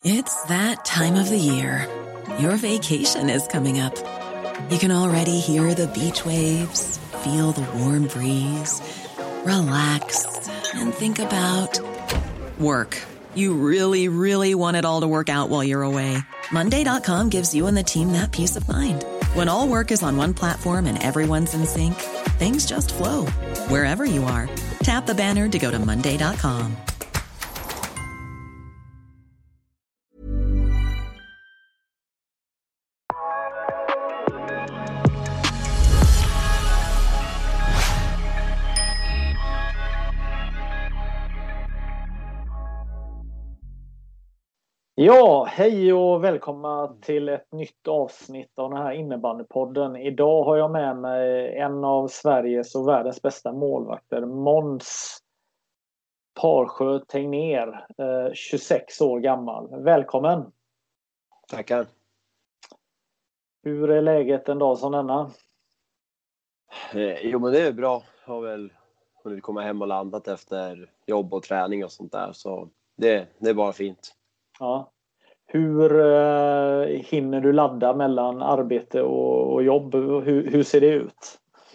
It's that time of the year. Your vacation is coming up. You can already hear the beach waves, feel the warm breeze, relax, and think about work. You really, really want it all to work out while you're away. Monday.com gives you and the team that peace of mind. When all work is on one platform and everyone's in sync, things just flow. Wherever you are, tap the banner to go to Monday.com. Ja, hej och välkomna till ett nytt avsnitt av den här innebandypodden. Idag har jag med mig en av Sveriges och världens bästa målvakter, Måns Parsjö Tegnér, 26 år gammal. Välkommen! Tackar! Hur är läget en dag som denna? Jo, men det är bra. Jag har väl hunnit komma hem och landat efter jobb och träning och sånt där. Så det är bara fint. Ja. Hur hinner du ladda mellan arbete och jobb? Hur ser det ut?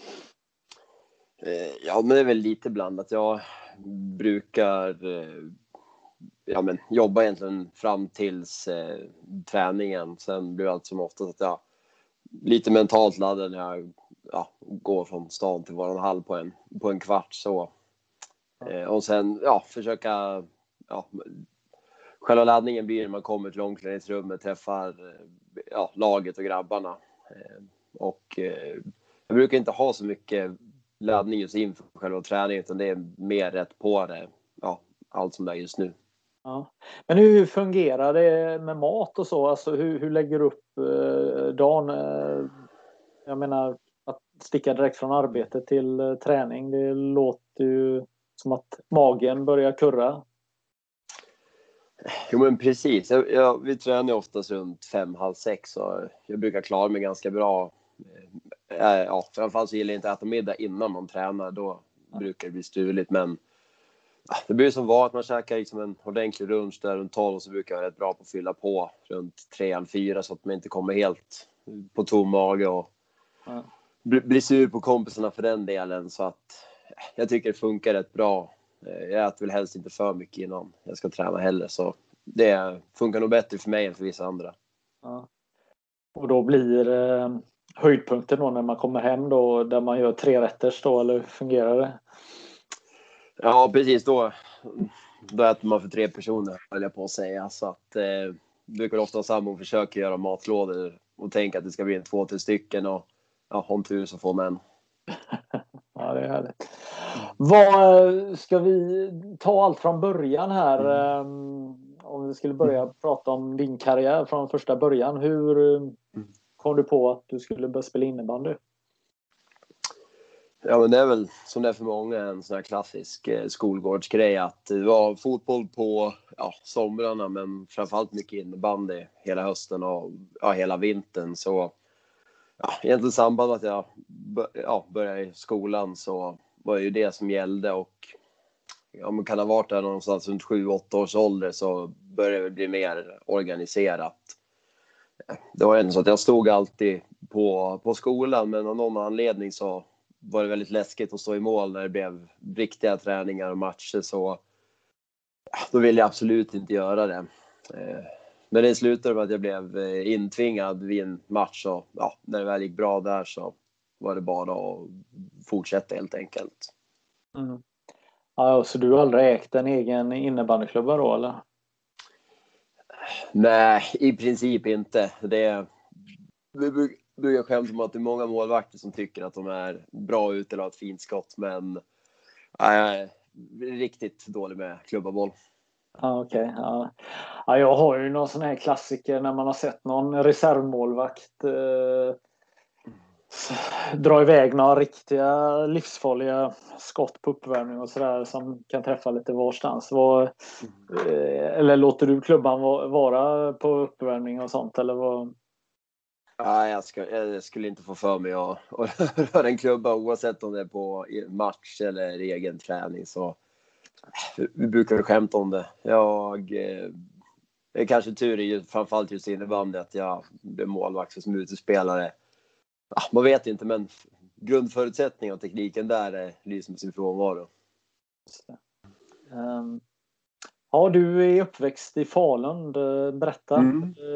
Ja, men det är väl lite blandat. Jag brukar jobba egentligen fram tills träningen. Sen blir det allt som oftast att jag lite mentalt laddar när jag går från stan till våran hall på en kvart. Så. Och sen försöka... Själva laddningen blir när man kommer till omklädningsrummet, träffar laget och grabbarna. Jag brukar inte ha så mycket laddning just inför själva träningen, utan det är mer rätt på det. Ja, allt som det är just nu. Ja. Men hur fungerar det med mat och så? Alltså hur lägger du upp dagen? Jag menar, att sticka direkt från arbete till träning, det låter ju som att magen börjar kurra. Jo, men precis. Vi tränar oftast runt 5:30, och jag brukar klara mig ganska bra. Framförallt så gillar jag inte att äta middag innan man tränar. Då brukar det bli struligt. Men det blir som var att man käkar liksom en ordentlig lunch där runt 12, och så brukar jag vara rätt bra på att fylla på runt 3:30 så att man inte kommer helt på tom mage och blir sur på kompisarna för den delen. Så att jag tycker det funkar rätt bra. Jag äter väl helst inte för mycket innan jag ska träna heller, så det funkar nog bättre för mig än för vissa andra. Ja. Och då blir höjdpunkten då när man kommer hem då, där man gör 3-rätters då, eller fungerar det? Ja, precis. Då äter man för 3 personer, höll jag på att säga. Så att brukar ofta sambon försöka göra matlådor och tänka att det ska bli 2-3 stycken, och om tur så får man. Ja, det är härligt. Vad ska vi ta allt från början här? Om vi skulle börja prata om din karriär från första början. Hur kom du på att du skulle börja spela innebandy? Ja, men det är väl som det är för många en sån här klassisk skolgårdsgrej, att det var fotboll på somrarna, men framförallt mycket innebandy hela hösten och hela vintern. Så egentligen samband med att jag började i skolan, så var det ju det som gällde, och man kan ha varit där någonstans runt 7-8 års ålder, så började det bli mer organiserat. Det var ändå så att jag stod alltid på skolan, men av någon anledning så var det väldigt läskigt att stå i mål när det blev riktiga träningar och matcher, så då ville jag absolut inte göra det. Men det slutade med att jag blev intvingad vid en match, och när det väl gick bra där så var det bara att fortsätta helt enkelt. Mm. Ja, så du har aldrig ägt en egen innebandyklubba då, eller? Nej, i princip inte. Vi brukar skämta om att det är många målvakter som tycker att de är bra ut eller har ett fint skott, men jag är riktigt dålig med klubbaboll. Ja, okej. Ja. Ja, jag har ju någon sån här klassiker när man har sett någon reservmålvakt dra iväg några riktiga livsfarliga skott på uppvärmning och sådär som kan träffa lite varstans. Eller låter du klubban vara på uppvärmning och sånt, eller vad? Nej, jag skulle inte få för mig att röra en klubba, oavsett om det är på match eller egen träning. Så vi brukar skämta om det. Jag det är kanske tur i framförallt just innebandy att jag blev målvakt som utespelare. Ja, man vet inte, men grundförutsättningen och tekniken där lyser med sin frånvaro. Ja, du är uppväxt i Falun. Berätta.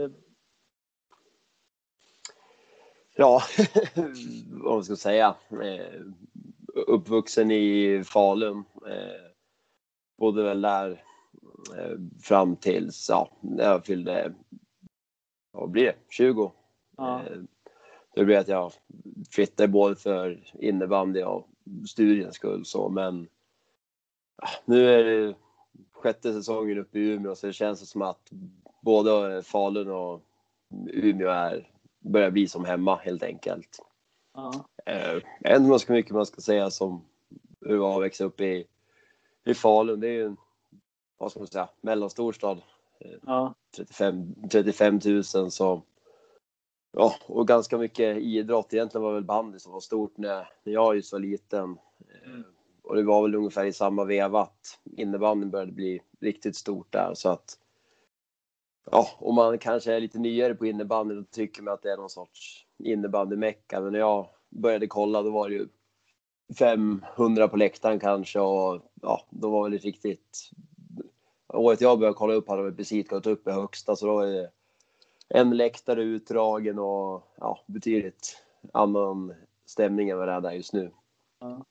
Ja, vad man ska säga. Uppvuxen i Falun. Bodde väl där fram tills när jag fyllde, vad blir det, 20. Ja. Det blev att jag flyttade både för innebandy och studiens skull. Så, men nu är det 6:e säsongen uppe i Umeå, så det känns som att både Falun och Umeå börjar bli som hemma helt enkelt. Ja. Jag vet inte mycket man ska säga som hur det var att växa upp i Falun. Det är ju en, vad ska man säga, mellanstorstad. Ja. 35 000 så. Ja, och ganska mycket idrott. Egentligen var väl bandy som var stort när jag just var liten. Och det var väl ungefär i samma veva att innebandyn började bli riktigt stort där. Så att, ja, om man kanske är lite nyare på innebandy då tycker man att det är någon sorts innebandymecka. Men när jag började kolla då var det ju 500 på läktaren kanske. Och ja, då var det riktigt. Året jag började kolla upp hade vi precis gått upp i högsta, så då var det en läktare utdragen och betydligt annan stämning än vad det är där just nu. Ja.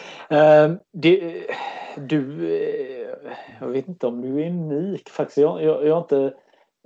Jag vet inte om du är unik faktiskt. Jag har inte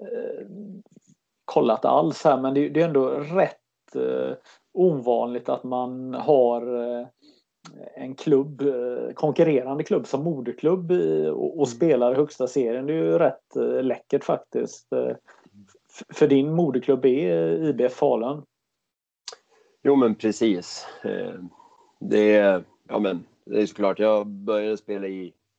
kollat alls här, men det är ändå rätt ovanligt att man har en klubb, konkurrerande klubb som moderklubb och spelar i högsta serien. Det är ju rätt läckert faktiskt. För din moderklubb är IBF Falun. Jo, men precis. Det är såklart. Jag började spela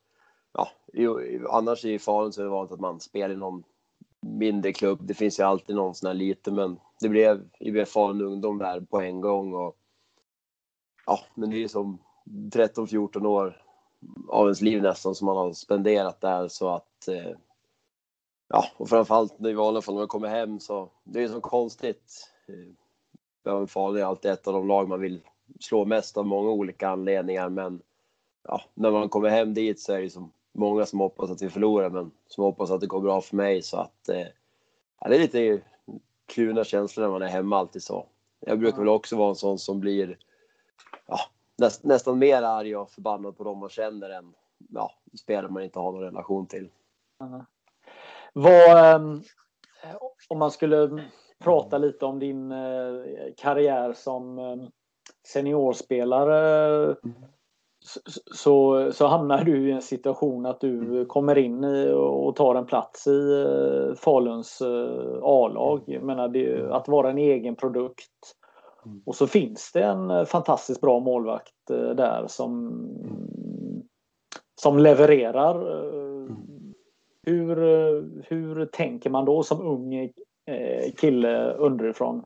annars i Falun så är det vanligt att man spelar i någon mindre klubb. Det finns ju alltid någon sån här lite, men det blev IBF Falun ungdom där på en gång. Och men det är ju som 13-14 år av ens liv nästan som man har spenderat där, så att och framförallt i vanliga fall när man kommer hem så det är så konstigt. Falun är alltid ett av de lag man vill slå mest av många olika anledningar, men när man kommer hem dit så är det som många som hoppas att vi förlorar, men som hoppas att det går bra för mig, så att det är lite kluna känslor när man är hemma alltid så. Jag brukar väl också vara en sån som blir nästan mer arg och förbannad på dem man känner än spelare man inte har någon relation till. Om man skulle prata lite om din karriär som seniorspelare, så hamnar du i en situation att du kommer in och tar en plats i Faluns A-lag. Jag menar, att vara en egen produkt. Och så finns det en fantastiskt bra målvakt där som levererar. Hur tänker man då som ung kille underifrån?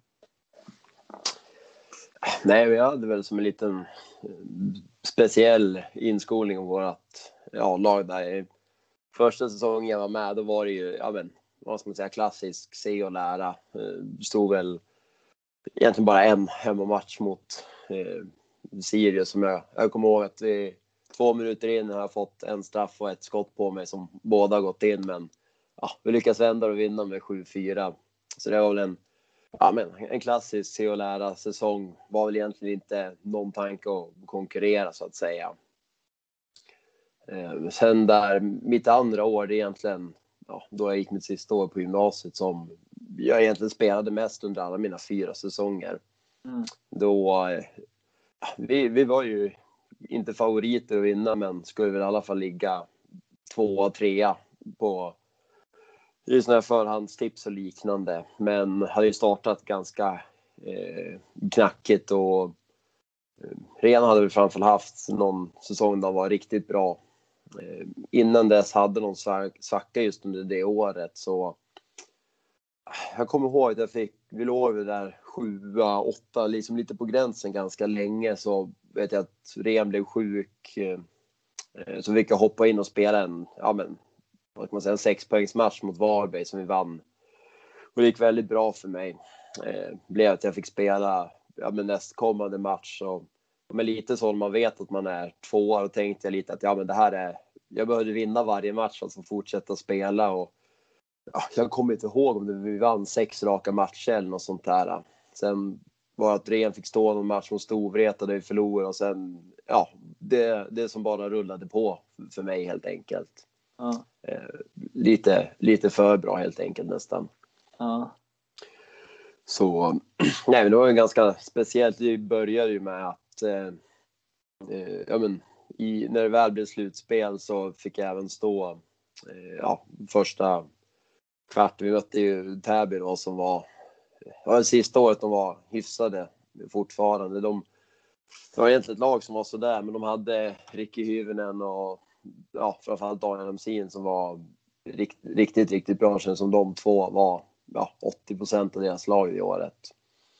Nej, vi hade väl som en liten speciell inskolning om vårt lag där. Första säsongen jag var med, då var det ju vad ska man säga, klassisk se och lära. Stod väl egentligen bara en hemmamatch mot Sirius som jag kommer ihåg att vi 2 minuter in har jag fått en straff och ett skott på mig som båda har gått in, men vi lyckas vända och vinna med 7-4. Så det var väl en klassisk se och lära säsong. Var väl egentligen inte någon tanke att konkurrera så att säga. Sen där mitt andra år, det är egentligen då jag gick mitt sista år på gymnasiet som jag egentligen spelade mest under alla mina 4 säsonger. Då vi var ju inte favoriter att vinna, men skulle väl i alla fall ligga 2-3 på i sådana här förhandstips och liknande. Men hade ju startat ganska knackigt och redan hade vi framförallt haft någon säsong där var riktigt bra. Innan dess hade någon svacka just under det året, så jag kommer ihåg att vi låg där 7-8 liksom lite på gränsen ganska länge, så vet jag att Ren blev sjuk, så fick jag hoppa in och spela vad kan man säga, en 6-poängsmatch mot Varberg som vi vann. Och det gick väldigt bra för mig. Blev att jag fick spela men nästkommande match. Och men lite så när man vet att man är 2 år, och tänkte jag lite att men det här är, jag behövde vinna varje match för att fortsätta spela. Och jag kommer inte ihåg om vi vann 6 raka matcher eller något sånt där. Sen var att Ren fick stå någon match mot Storvreta där vi förlorade, och sen det som bara rullade på för mig helt enkelt. Lite för bra helt enkelt nästan. Så nej, men det var ju ganska speciellt. Det började ju med att när det väl blev slutspel så fick jag även stå första kvart. Vi mötte ju Täby då, som var det sista året de var hyfsade fortfarande. Det var egentligen ett lag som var sådär, men de hade Ricky Hyvönen och framförallt Daniel Amsin som var riktigt bra, som de två var 80% av deras lag i året.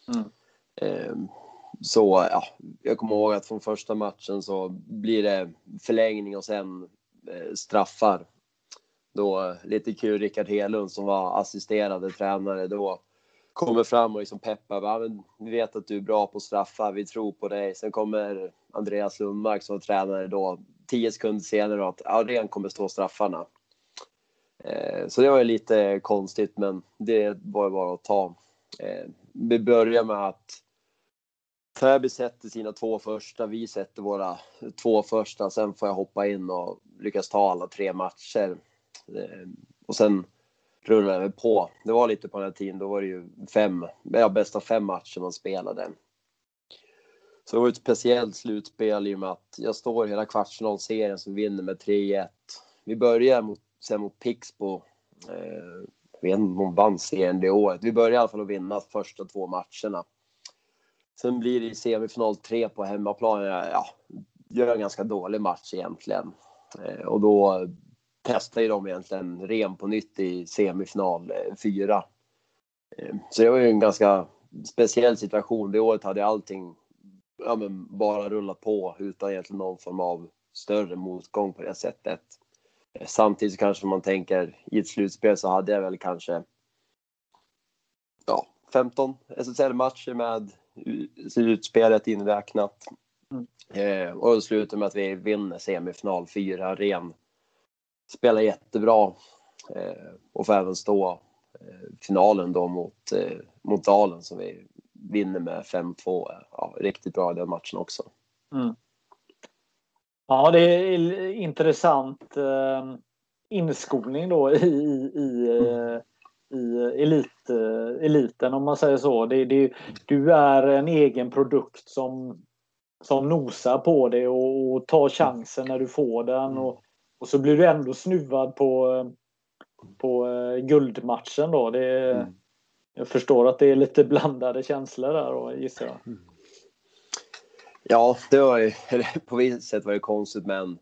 Så jag kommer ihåg att från första matchen så blir det förlängning och sen straffar. Då lite kul, Rickard Helund som var assisterande tränare då kommer fram och liksom peppar. Vi vet att du är bra på straffar, vi tror på dig. Sen kommer Andreas Lundmark som var tränare då 10 sekunder senare att Ren kommer stå straffarna. Så det var lite konstigt, men det var bara att ta. Vi börjar med att Täby sätter sina 2 första, vi sätter våra 2 första. Sen får jag hoppa in och lyckas ta alla 3 matcher. Och sen rullade vi på. Det var lite på den här tiden, då var det ju bästa 5 matcher man spelade. Så det var ett speciellt slutspel i och med att jag står hela kvartsfinalserien som vinner med 3-1. Vi börjar sen mot Pixbo. Jag vet inte om de vann serien det året. Vi börjar i alla fall att vinna första 2 matcherna. Sen blir det i semifinal 3 på hemmaplan. Gör en ganska dålig match egentligen. Och då testar ju de egentligen Ren på nytt i semifinal 4. Så det var ju en ganska speciell situation. Det året hade allting bara rullat på utan egentligen någon form av större motgång på det sättet. Samtidigt kanske man tänker i ett slutspel så hade jag väl kanske 15 SSL-matcher med slutspelet inräknat. Och det slutar med att vi vinner semifinal 4. Ren spelar jättebra och får även stå finalen då mot Dalen som vi vinner med 5-2. Riktigt bra i den matchen också. Ja, det är intressant inskolning då i eliten, om man säger så. Du är en egen produkt som nosar på det och tar chansen när du får den, och så blir du ändå snuvad på guldmatchen då. Jag förstår att det är lite blandade känslor där då, gissar jag. Ja, det var ju, på visst sätt var det konstigt, men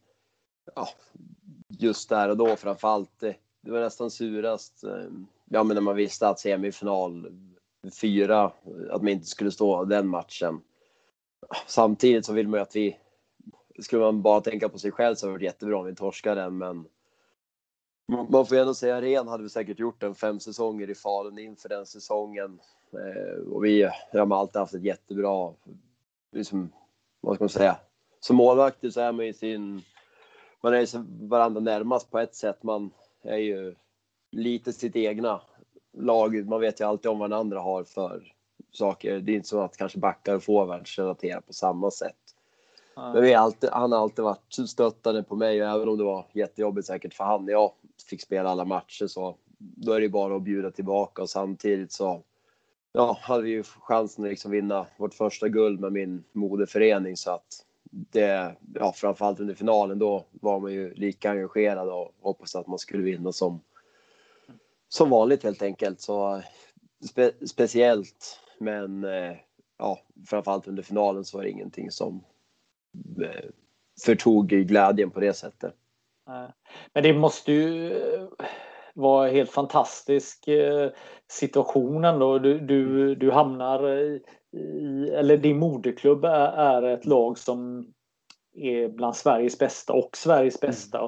just där och då framförallt det var nästan surast. Men när man visste att semifinal 4 att man inte skulle stå den matchen. Samtidigt så vill man ju att skulle man bara tänka på sig själv så hade det varit jättebra om vi torskade den, men man får ju ändå säga Ren hade vi säkert gjort 5 säsonger i Falun inför den säsongen. Och vi har alltid haft ett jättebra, liksom, vad ska man säga, som målvakt så är man ju man är varandra närmast på ett sätt. Man är ju lite sitt egna lag. Man vet ju alltid om vad den andra har för saker. Det är inte så att kanske backar och forwards relaterar på samma sätt. Men han har alltid varit stöttande på mig, och även om det var jättejobbigt säkert för han, jag fick spela alla matcher, så då är det bara att bjuda tillbaka. Och samtidigt så hade vi ju chansen att liksom vinna vårt första guld med min moderförening, så att det, framförallt under finalen då var man ju lika engagerad och hoppas att man skulle vinna som vanligt helt enkelt. Så speciellt, men framförallt under finalen så var det ingenting som förtog glädjen på det sättet. Men det måste ju vara en helt fantastisk situationen då. Du hamnar eller din moderklubb är ett lag som är bland Sveriges bästa och Sveriges bästa,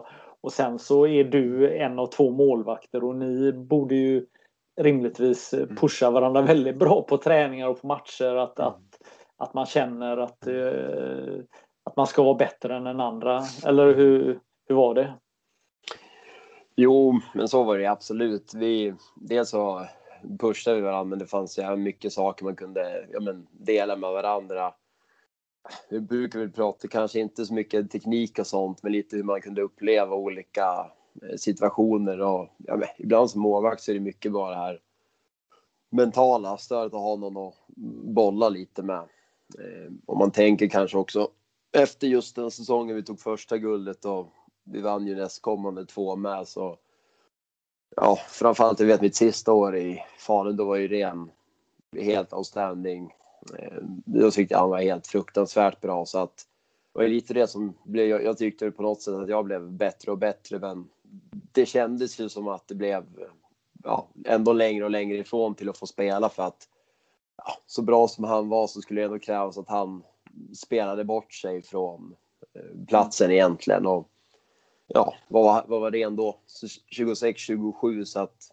och sen så är du en av 2 målvakter och ni borde ju rimligtvis pusha varandra väldigt bra på träningar och på matcher, att man känner att man ska vara bättre än den andra, eller hur var det? Jo, men så var det absolut. Dels så pushade vi varandra, men det fanns ju mycket saker man kunde dela med varandra. Vi brukar väl prata kanske inte så mycket teknik och sånt, men lite hur man kunde uppleva olika situationer. Och ibland som målvakt så är det mycket bara det här mentala stödet att ha någon att bolla lite med. Om man tänker kanske också efter just den säsongen vi tog första guldet och vi vann ju nästkommande 2 med, så framförallt jag vet mitt sista år i Falun, då var ju Ren helt outstanding. Då tyckte jag han var helt fruktansvärt bra, så att det var lite det som blev, jag tyckte på något sätt att jag blev bättre och bättre, men det kändes ju som att det blev ändå längre och längre ifrån till att få spela, för att så bra som han var så skulle det ändå krävas att han spelade bort sig från platsen egentligen. Och vad var det ändå? 26-27, så att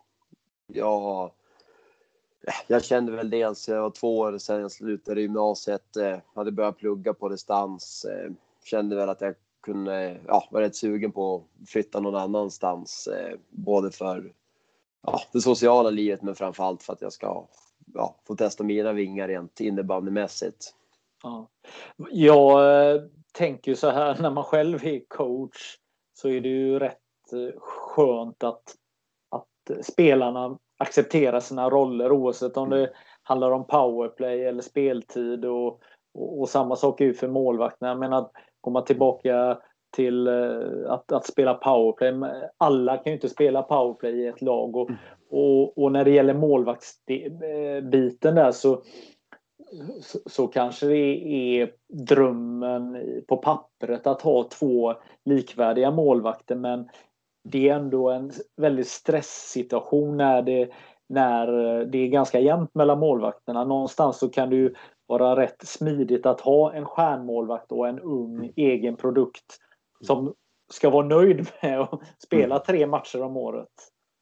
jag kände väl dels, jag var 2 år sedan jag slutade gymnasiet, hade börjat plugga på distans, kände väl att jag kunde, var rätt sugen på att flytta någon annanstans, både för det sociala livet, men framförallt för att jag ska få testa mina vingar rent innebandymässigt. Jag tänker så här, när man själv är coach så är det ju rätt skönt att spelarna accepterar sina roller, oavsett om det handlar om powerplay eller speltid, och samma sak är ju för målvakterna. Jag menar, komma tillbaka till att spela powerplay. Alla kan ju inte spela powerplay i ett lag, och när det gäller målvaktsbiten där så kanske det är drömmen på pappret att ha 2 likvärdiga målvakter, men det är ändå en väldigt stresssituation när det är ganska jämnt mellan målvakterna. Någonstans så kan det ju vara rätt smidigt att ha en stjärnmålvakt och en ung egen produkt som ska vara nöjd med att spela 3 matcher om året.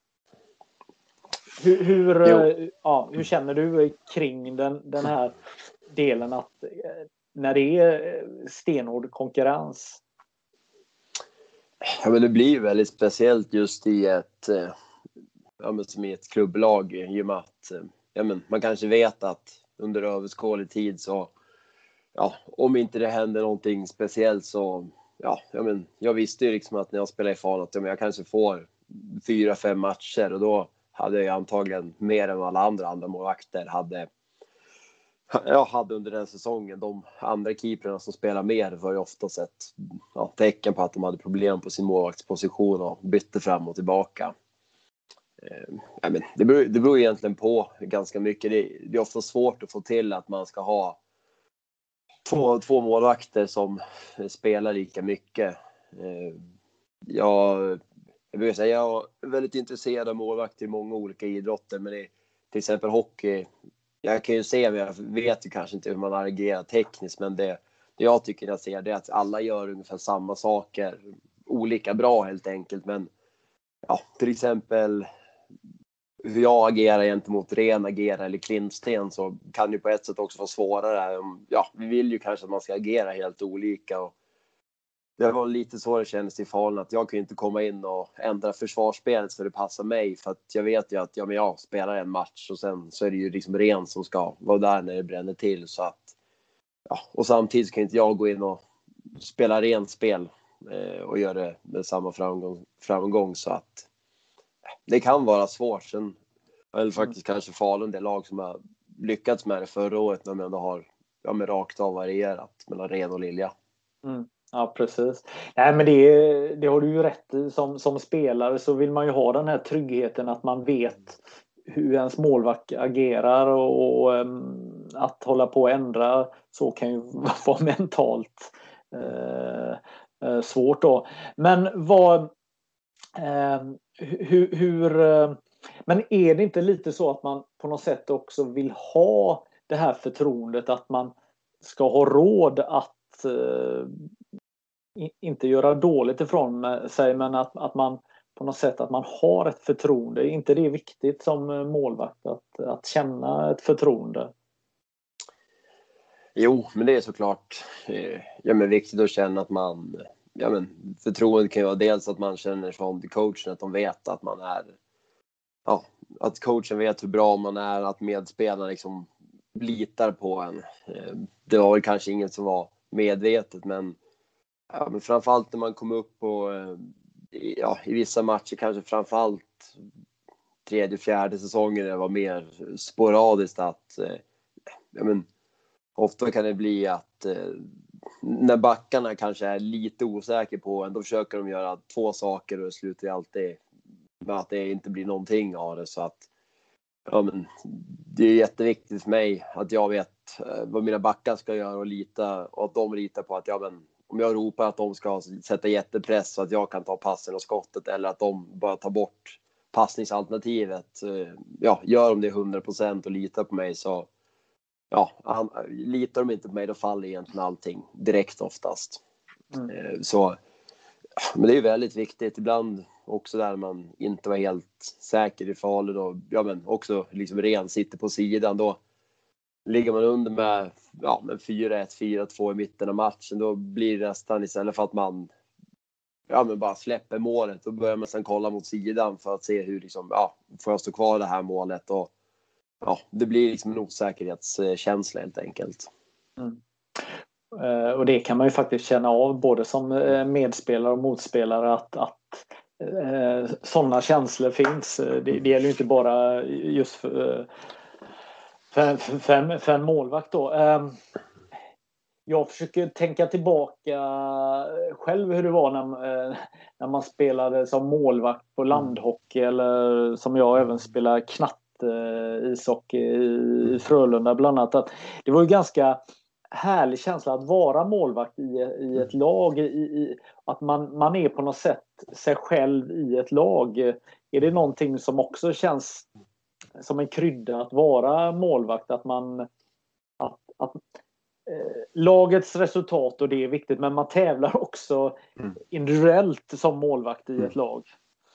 Hur känner du kring den här delen, att när det är stenhård konkurrens? Men det blir väldigt speciellt just i ett som i ett klubblag, i och med att man kanske vet att under överskådlig tid så om inte det händer någonting speciellt så jag visste ju liksom att när jag spelar i Falun att jag kanske får 4-5 matcher, och då hade jag antagligen mer än alla andra målvakter hade under den säsongen. De andra keeperna som spelar mer var ju ofta sett tecken på att de hade problem på sin målvaktsposition och bytte fram och tillbaka. Det beror egentligen på ganska mycket. Det är ofta svårt att få till att man ska ha två målvakter som spelar lika mycket. Jag är väldigt intresserad av målvakter i många olika idrotter, men till exempel hockey, jag kan ju se, jag vet ju kanske inte hur man agerar tekniskt, men det jag tycker jag ser det är att alla gör ungefär samma saker, olika bra helt enkelt. Men till exempel hur jag agerar gentemot Ren agerar eller Klintsten, så kan ju på ett sätt också vara svårare. Vi vill ju kanske att man ska agera helt olika, och det var lite så det kändes i Falun, att jag kan inte komma in och ändra försvarsspelet så det passar mig, för att jag vet ju att jag spelar en match och sen så är det ju liksom Ren som ska vara där när det bränner till, så att och samtidigt kan inte jag gå in och spela rent spel och göra det med samma framgång, så att det kan vara svårt. Sen eller faktiskt kanske Falun det lag som har lyckats med det förra året, när man ändå har rakt av varierat mellan Ren och Lilja. Ja, precis. Nej, men det har du ju rätt i. Som spelare så vill man ju ha den här tryggheten att man vet hur ens målvakt agerar, och att hålla på och ändra så kan ju vara mentalt svårt då. Men men är det inte lite så att man på något sätt också vill ha det här förtroendet, att man ska ha råd att inte göra dåligt ifrån sig, men att man på något sätt att man har ett förtroende. Är inte det viktigt som målvakt att känna ett förtroende? Jo, men det är såklart viktigt att känna att man, förtroende kan ju vara dels att man känner från coachen att de vet att man är, att coachen vet hur bra man är, att medspelarna liksom litar på en. Det var väl kanske inget som var medvetet, men framförallt när man kom upp på i vissa matcher, kanske framförallt 3:e, 4:e säsongen, det var mer sporadiskt att ofta kan det bli att när backarna kanske är lite osäker på en, då försöker de göra 2 saker och det slutar alltid med att det inte blir någonting av det. Så att det är jätteviktigt för mig att jag vet vad mina backar ska göra och att de litar på att om jag ropar att de ska sätta jättepress så att jag kan ta passen och skottet, eller att de bara tar bort passningsalternativet. Gör de det 100% och litar på mig, så litar de inte på mig, då faller egentligen allting direkt oftast. Men det är väldigt viktigt ibland också där man inte var helt säker i Falun och också liksom ren sitter på sidan, då ligger man under med 4-1, 4-2 i mitten av matchen, då blir det nästan, istället för att man bara släpper målet, då börjar man sedan kolla mot sidan för att se hur får jag stå kvar det här målet, och det blir liksom en osäkerhetskänsla helt enkelt. Och det kan man ju faktiskt känna av både som medspelare och motspelare, att sådana känslor finns. Det gäller ju inte bara just för en målvakt då. Jag försöker tänka tillbaka själv hur det var när man spelade som målvakt på landhockey, eller som jag även spelar ishockey i Frölunda bland annat. Att det var ju ganska härlig känsla att vara målvakt i ett lag, att man är på något sätt sig själv i ett lag. Är det någonting som också känns som en krydda att vara målvakt, att lagets resultat, och det är viktigt, men man tävlar också individuellt som målvakt i ett lag?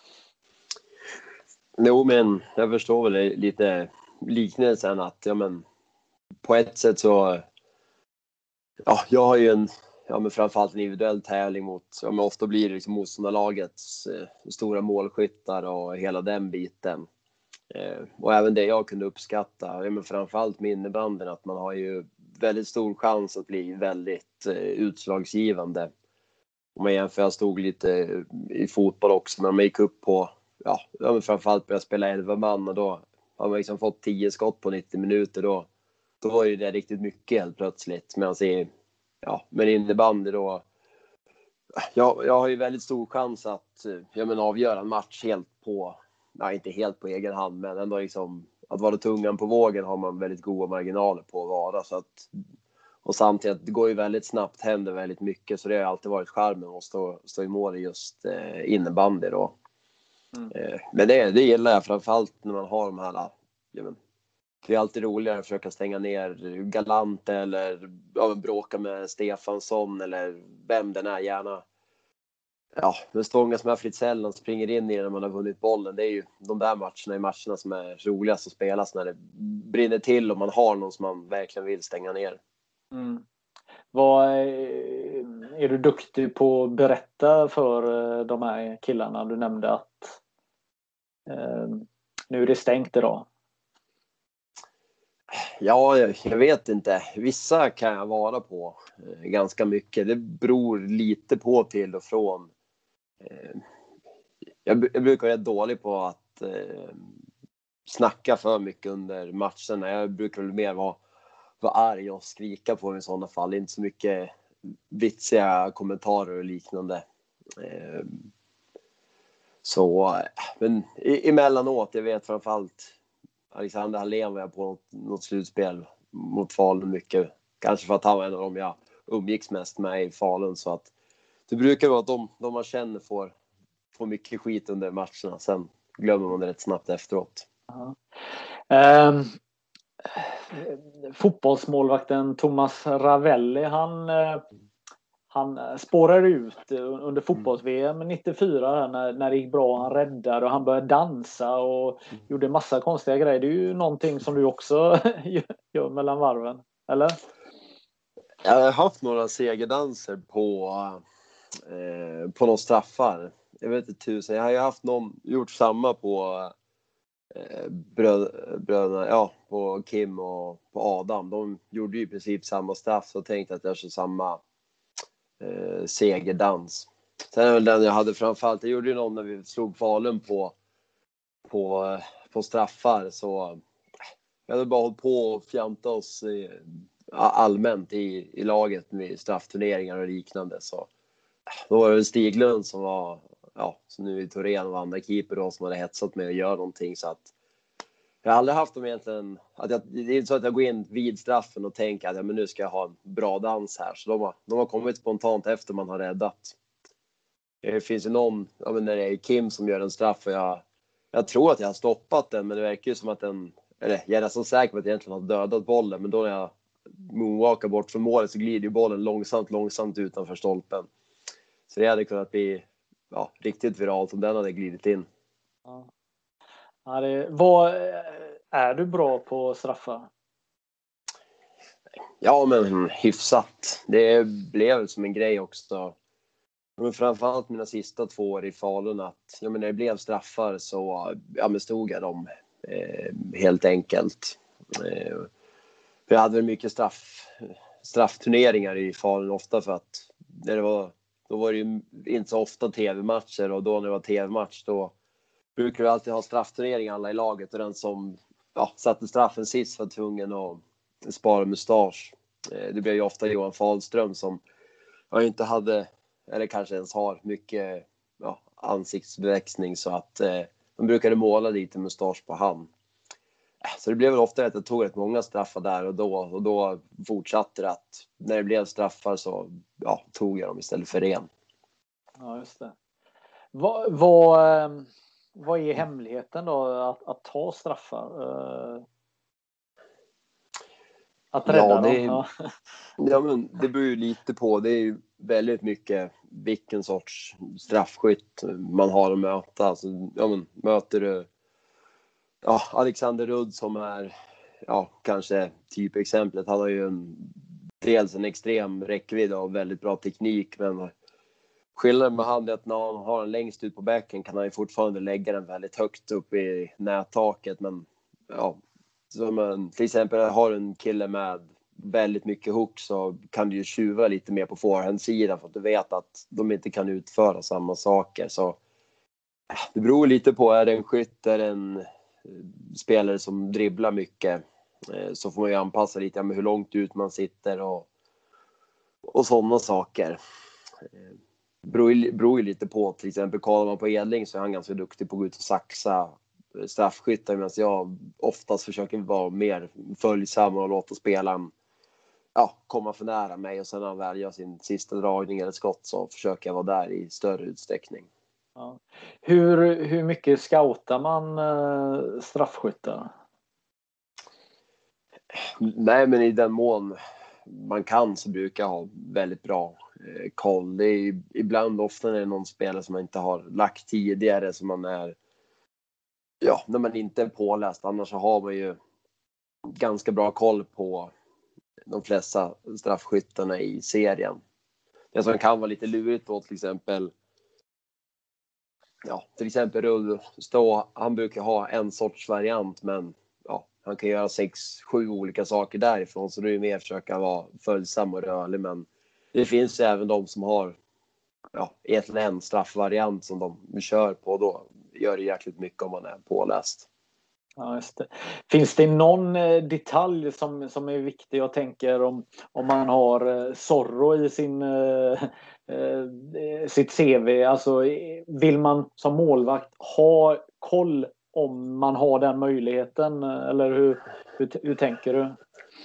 Jo, men jag förstår väl lite liknelsen att på ett sätt så jag har ju framförallt en individuell tävling mot, ofta blir det liksom motståndarlagets stora målskyttar och hela den biten. Och även det jag kunde uppskatta, framförallt med innebanden, att man har ju väldigt stor chans att bli väldigt utslagsgivande. Om man jämför, jag stod lite i fotboll också, men man gick upp på framförallt började spela 11 man, och då har man liksom fått 10 skott på 90 minuter, då var ju det riktigt mycket helt plötsligt. Men innebandy då, jag har ju väldigt stor chans att avgöra en match helt på, inte helt på egen hand, men ändå liksom att vara tungan på vågen har man väldigt goda marginaler på att vara. Så att, och samtidigt, det går ju väldigt snabbt, händer väldigt mycket, så det har alltid varit charmen att stå i mål i just innebandy då. Men det gillar jag framförallt när man har de här, det är alltid roligare att försöka stänga ner Galant eller bråka med Stefansson eller vem den är, gärna. Men Stånga som är Fritzell, och springer in i när man har vunnit bollen. Det är ju de där matcherna som är roligast att spelas, när det brinner till och man har någon som man verkligen vill stänga ner. Vad är du duktig på att berätta för de här killarna? Du nämnde att nu är det stängt idag. Ja, jag vet inte. Vissa kan jag vara på ganska mycket. Det beror lite på till och från. Jag brukar vara dålig på att snacka för mycket under matcherna. Jag brukar väl mer vara arg och skrika på i sådana fall. Inte så mycket vitsiga kommentarer och liknande. Men emellanåt, jag vet framförallt Alexander Hallén var jag på något slutspel mot Falun mycket. Kanske för att han var en av dem jag umgicks mest med i Falun. Så att det brukar vara att de man känner får mycket skit under matcherna. Sen glömmer man det rätt snabbt efteråt. Fotbollsmålvakten Thomas Ravelli, han spårade ut under fotbolls-VM 94 när det gick bra. Han räddade och han började dansa och gjorde massa konstiga grejer. Det är ju någonting som du också gör mellan varven, eller? Jag har haft några segerdanser på några straffar. Jag vet inte tusen. Jag har haft gjort samma på bröderna, ja, på Kim och på Adam. De gjorde ju i princip samma straff, så jag tänkte att jag kör samma segerdans. Sen är väl den jag hade framförallt. Jag gjorde ju någon när vi slog Falun på straffar, så jag hade bara hållit på och fjanta oss allmänt i laget med straffturneringar och liknande. Så då var det Stiglund som var, ja, så nu i Torén och andra keeper då, som hade hetsat med att göra någonting. Så att jag har aldrig haft dem egentligen, det är inte så att jag går in vid straffen och tänker att men nu ska jag ha en bra dans här. Så de har kommit spontant efter man har räddat. Det finns ju någon, ja, men när det är Kim som gör en straff och jag tror att jag har stoppat den, men det verkar ju som att jag är nästan säker på att jag egentligen har dödat bollen, men då när jag moonwalkar bort från målet så glider ju bollen långsamt utanför stolpen. Så det hade kunnat bli riktigt viralt om den hade glidit in. Ja. Vad är du bra på straffar? Ja, men hyfsat. Det blev som en grej också. Men framförallt mina sista 2 år i Falun, att när det blev straffar så stod jag dem helt enkelt. Jag hade väl mycket straffturneringar i Falun ofta, för att då var det ju inte så ofta tv-matcher, och då när det var tv-match då brukar vi alltid ha straffturnering alla i laget, och den som satte straffen sist var tvungen att spara mustasch. Det blev ju ofta Johan Fahlström som jag inte hade, eller kanske ens har, mycket ansiktsbeväxning, så att de brukade måla lite mustasch på han. Så det blev väl ofta att jag tog rätt många straffar där och då fortsatte det att när det blev straffar så tog jag dem istället för ren. Ja, just det. Vad är hemligheten då att ta straffar? Att rädda dem? Ja, men det beror ju lite på. Det är ju väldigt mycket vilken sorts straffskytt man har att möta. Alltså, möter du Alexander Rudd som är kanske typexemplet. Han har ju dels en extrem räckvidd och väldigt bra teknik, men skillnaden med han är att när han har den längst ut på bäcken kan han ju fortfarande lägga den väldigt högt upp i nättaket. Men till exempel har en kille med väldigt mycket hook, så kan du ju tjuva lite mer på forehandsidan, för att du vet att de inte kan utföra samma saker. Så det beror lite på, är det en skytt, är det en spelare som dribblar mycket, så får man ju anpassa lite med hur långt ut man sitter och sådana saker. Beror ju lite på. Till exempel kollar man på Edling så är han ganska duktig på att gå ut och saxa straffskyttar, medan jag oftast försöker vara mer följsam och låta spelaren komma för nära mig, och sen när han väl gör sin sista dragning eller skott så försöker jag vara där i större utsträckning. Ja. Hur mycket scoutar man straffskyttar? Nej, men i den mån man kan så brukar jag ha väldigt bra koll. Det är ibland, ofta när det är någon spelare som man inte har lagt tidigare, som man är när man inte är påläst. Annars så har man ju ganska bra koll på de flesta straffskyttarna i serien. Det som kan vara lite lurigt då, till exempel Rull Stå, han brukar ha en sorts variant, men han kan göra 6-7 olika saker därifrån, så det är ju mer att försöka vara följsam och rörlig. Men det finns ju även de som har egentligen en straffvariant som de kör på, då gör det jäkligt mycket om man är påläst. Ja, just det. Finns det någon detalj som är viktig? Jag tänker om man har Zorro i sitt CV. Alltså, vill man som målvakt ha koll om man har den möjligheten? Eller hur tänker du?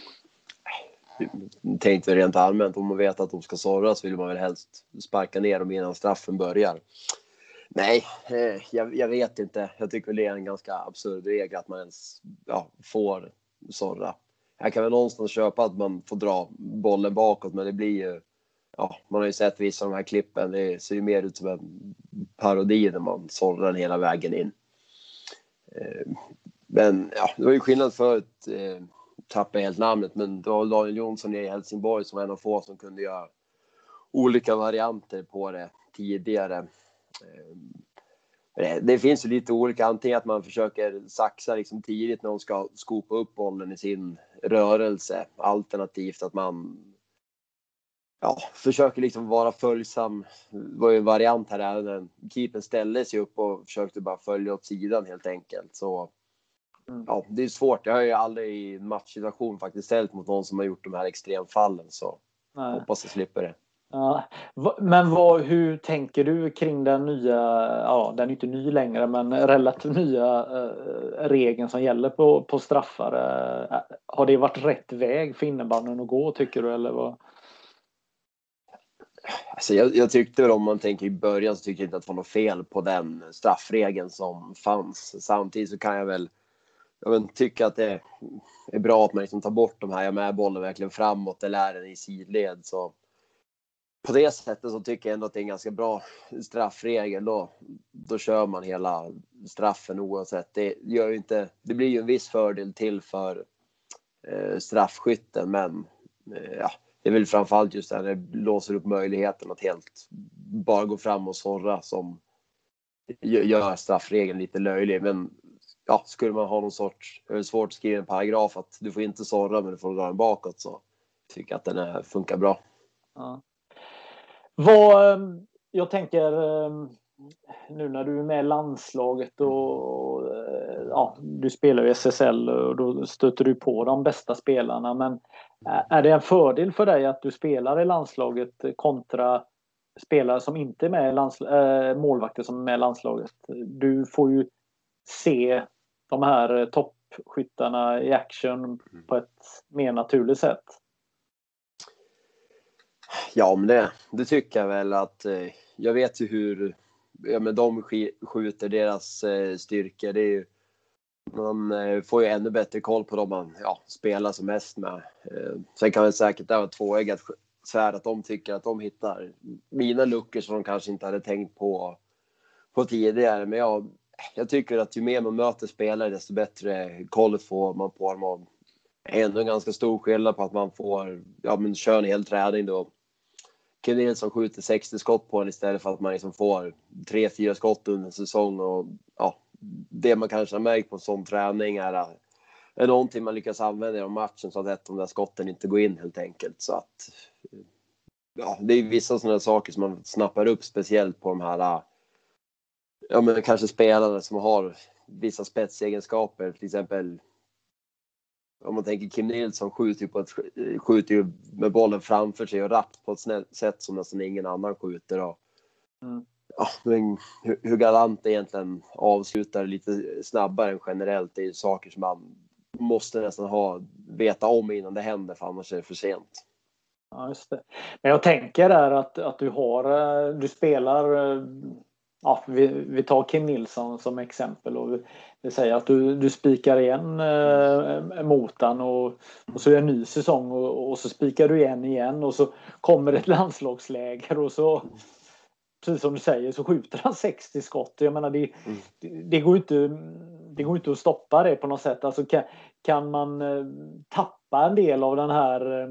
Tänkte rent allmänt, om man vet att de ska såra så vill man väl helst sparka ner dem innan straffen börjar. Nej, jag vet inte. Jag tycker det är en ganska absurd regel att man ens får såra. Jag kan väl någonstans köpa att man får dra bollen bakåt, men det blir ju man har ju sett vissa av de här klippen. Det ser ju mer ut som en parodi när man sållar den hela vägen in. Men det var ju skillnad förut. Tappade helt namnet, men det var Daniel Jonsson i Helsingborg som var en av få som kunde göra olika varianter på det tidigare. Det finns ju lite olika, antingen att man försöker saxa liksom tidigt när de ska skopa upp bollen i sin rörelse, alternativt att man försöker liksom vara följsam. Det var ju en variant här även keepern ställde sig upp och försökte bara följa åt sidan helt enkelt. Så det är svårt. Jag har ju aldrig i matchsituation faktiskt ställt mot någon som har gjort de här extremfallen, så hoppas jag slipper det. Ja, men hur tänker du kring den nya, den är inte ny längre, men relativt nya regeln som gäller på straffar? Har det varit rätt väg för innebandyn att gå, tycker du, eller vad? Alltså jag tyckte väl, om man tänker i början, så tyckte jag inte att det var något fel på den straffregeln som fanns. Samtidigt så kan jag väl tycka att det är bra att man liksom tar bort de här, jag med bollen verkligen framåt eller är den i sidled. Så på det sättet så tycker jag ändå att det är en ganska bra straffregel. Då kör man hela straffen oavsett. Det blir ju en viss fördel till för straffskytten, men det är väl framförallt just när det låser upp möjligheten att helt bara gå fram och sårra som gör straffregeln lite löjlig. Men skulle man ha någon sorts svårt skriven paragraf att du får inte sårra men du får dra den bakåt, så tycker jag att den funkar bra. Ja. Jag tänker nu när du är med i landslaget och du spelar i SSL och då stöter du på de bästa spelarna, men är det en fördel för dig att du spelar i landslaget kontra spelare som inte är med målvakter som är med i landslaget? Du får ju se de här toppskyttarna i action på ett mer naturligt sätt. Ja, men det tycker jag väl, att jag vet ju hur de skjuter, deras styrkor. Det är ju, man får ju ännu bättre koll på dem man spelar som mest med. Sen kan väl säkert det vara tvåeggat svärd att de tycker att de hittar mina luckor som de kanske inte hade tänkt på tidigare. Men jag tycker att ju mer man möter spelare, desto bättre koll får man på dem. Ändå en ganska stor skillnad på att man får kör en hel träning då. Kim Nilsson skjuter 60 skott på en istället för att man liksom får 3-4 skott under en säsong. Och det man kanske har märkt på sån träning är någonting man lyckas använda i matchen, så att de där skotten inte går in helt enkelt. Så att det är vissa sådana saker som man snappar upp, speciellt på de här kanske spelarna som har vissa spetsegenskaper. Till exempel om man tänker Kim Nilsson skjuter ju med bollen framför sig och rappt på ett sätt som nästan ingen annan skjuter. Men hur galant egentligen avslutar lite snabbare än generellt, det är ju saker som man måste nästan veta om innan det händer, för annars är det för sent. Ja, just det. Men jag tänker där att du spelar, vi tar Kim Nilsson som exempel, och vi säger att du spikar igen motan och så är det en ny säsong och så spikar du igen och så kommer ett landslagsläger och så, precis som du säger, så skjuter han 60 skott. Jag menar, det går inte att stoppa det på något sätt. Alltså kan man tappa en del av den här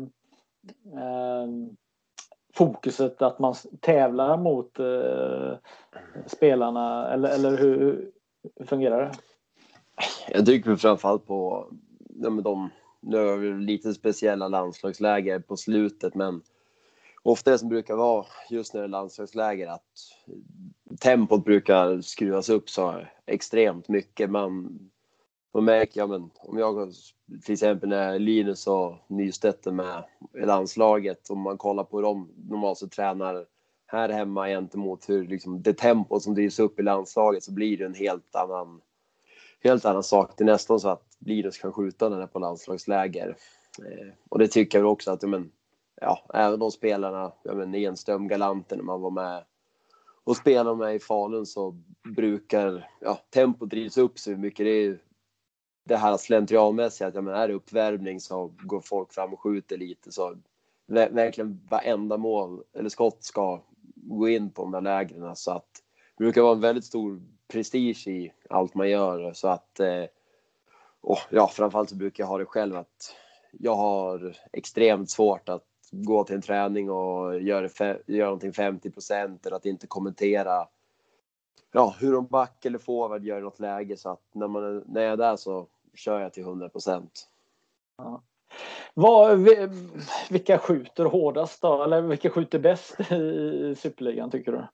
fokuset att man tävlar mot spelarna, eller hur fungerar det? Jag tycker framförallt på nu har vi lite speciella landslagsläger på slutet, men ofta det som brukar vara just när det är landslagsläger att tempot brukar skruvas upp så extremt mycket. Man märker, om jag till exempel när Linus och Nystedt är med i landslaget, om man kollar på dem normalt så tränar här hemma gentemot hur liksom det tempo som drivs upp i landslaget, så blir det en helt annan sak. Det är nästan så att Linus kan skjuta den här på landslagsläger. Och det tycker jag också att även de spelarna, Enström, Galanten, när man var med och spelade med i Falun, så brukar tempo drivs upp så mycket. Det är ju det här slentrianmässiga att är det uppvärmning så går folk fram och skjuter lite, så verkligen varenda mål eller skott ska gå in på de där lägren. Så att det brukar vara en väldigt stor prestige i allt man gör. Så att, och ja, framförallt så brukar jag ha det själv att jag har extremt svårt att gå till en träning och göra någonting 50% eller att inte kommentera hur de back eller forward gör i något läge. Så att när jag är där så kör jag till 100%. Ja. Vilka skjuter hårdast då? Eller vilka skjuter bäst i Superligan tycker du?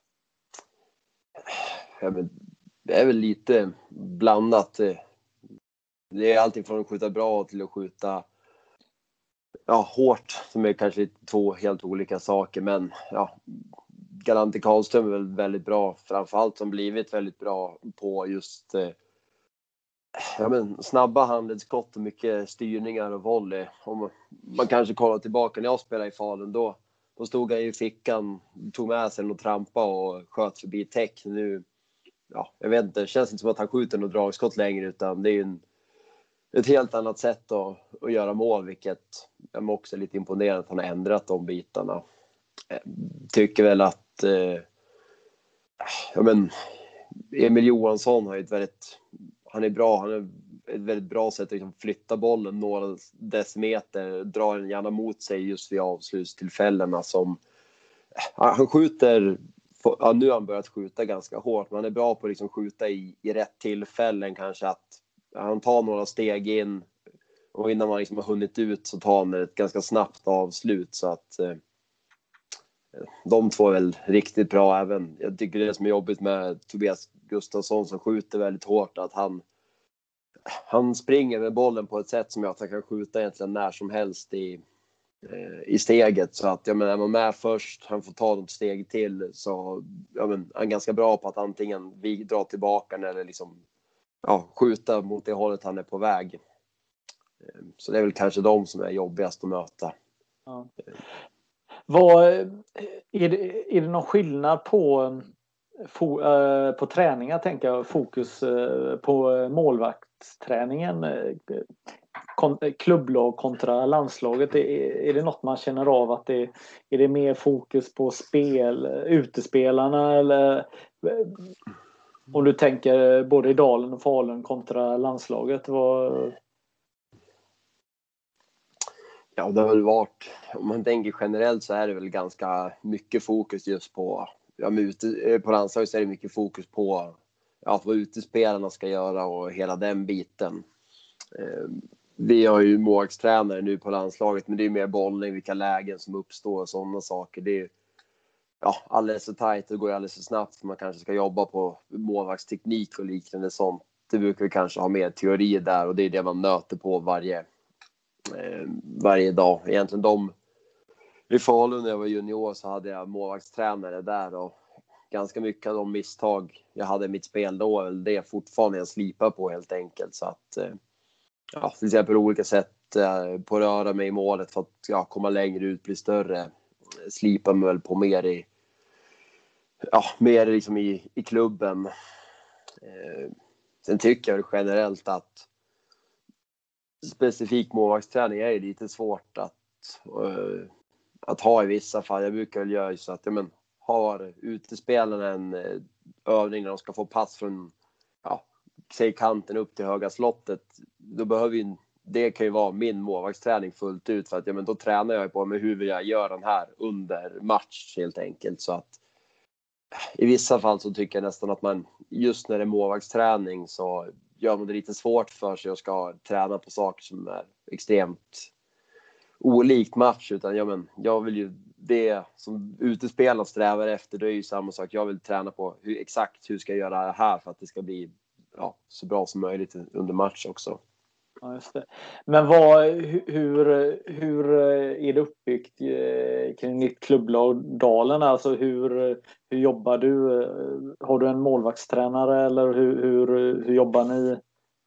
Ja, men det är väl lite blandat. Det är allting från att skjuta bra till att skjuta hårt, som är kanske två helt olika saker. Men Galante Karlström är väl väldigt bra, framförallt som blivit väldigt bra på just snabba handledsskott och mycket styrningar och volley. Om man kanske kollar tillbaka när jag spelade i Falun, då stod han i fickan, tog med sig och trampa och sköt förbi täck. Nu, jag vet inte, det känns inte som att han skjuter något dragskott längre, utan det är ju ett helt annat sätt att göra mål, vilket jag också är lite imponerad att han har ändrat de bitarna. Tycker väl att Emil Johansson har han är bra, han har ett väldigt bra sätt att liksom flytta bollen några decimeter, drar den gärna mot sig just vid avslutstillfällena. Som han skjuter, nu har han börjat skjuta ganska hårt, men han är bra på att liksom skjuta i rätt tillfällen, kanske att han tar några steg in och innan man liksom har hunnit ut så tar han ett ganska snabbt avslut. Så att de två är väl riktigt bra. Även jag tycker det som är jobbigt med Tobias Gustafsson som skjuter väldigt hårt, att han springer med bollen på ett sätt som gör att han kan skjuta egentligen när som helst i steget. Så att är man med först, han får ta något steg till, så han är ganska bra på att antingen dra tillbaka eller liksom skjuta mot det hållet han är på väg. Så det är väl kanske de som är jobbigast att möta. Ja. Är det någon skillnad på träningar, tänker jag, fokus på målvaktsträningen, klubblag kontra landslaget? Är det något man känner av att är det mer fokus på utespelarna, eller om du tänker både i Dalen och Falun kontra landslaget? Ja, det har väl varit, om man tänker generellt så är det väl ganska mycket fokus just på landslaget, så är det mycket fokus på vad utespelarna ska göra och hela den biten. Vi har ju målvaktstränare nu på landslaget, men det är mer bollning, vilka lägen som uppstår och sådana saker. Det är alldeles för tajt, det går alldeles för snabbt, för man kanske ska jobba på målvaktsteknik och liknande sånt. Det brukar vi kanske ha mer teori där, och det är det man nöter på varje dag. Egentligen i Falun när jag var junior så hade jag målvaktstränare där, och ganska mycket av de misstag jag hade i mitt spel då, det är fortfarande jag slipar på helt enkelt. Så att till exempel olika sätt på att röra mig i målet för att komma längre ut, bli större, slipar mig väl på mer liksom i klubben. Sen tycker jag generellt att specifik målvaktsträning är lite svårt att ha i vissa fall. Jag brukar väl göra så att har utespelarna en övning när de ska få pass från säg kanten upp till höga slottet, då behöver det kan ju vara min målvaktsträning fullt ut, för att då tränar jag på med hur jag gör den här under match helt enkelt. Så att i vissa fall så tycker jag nästan att man just när det är målvaktsträning så gör man det lite svårt för sig och ska träna på saker som är extremt olikt match. Utan jag vill ju, det som utespelarna strävar efter, det är ju samma sak. Jag vill träna på exakt hur ska jag göra det här för att det ska bli så bra som möjligt under match också. Ja, just det. Men hur är det uppbyggt kring ditt klubblag Dalen? Alltså hur jobbar du? Har du en målvaktstränare, eller hur jobbar ni?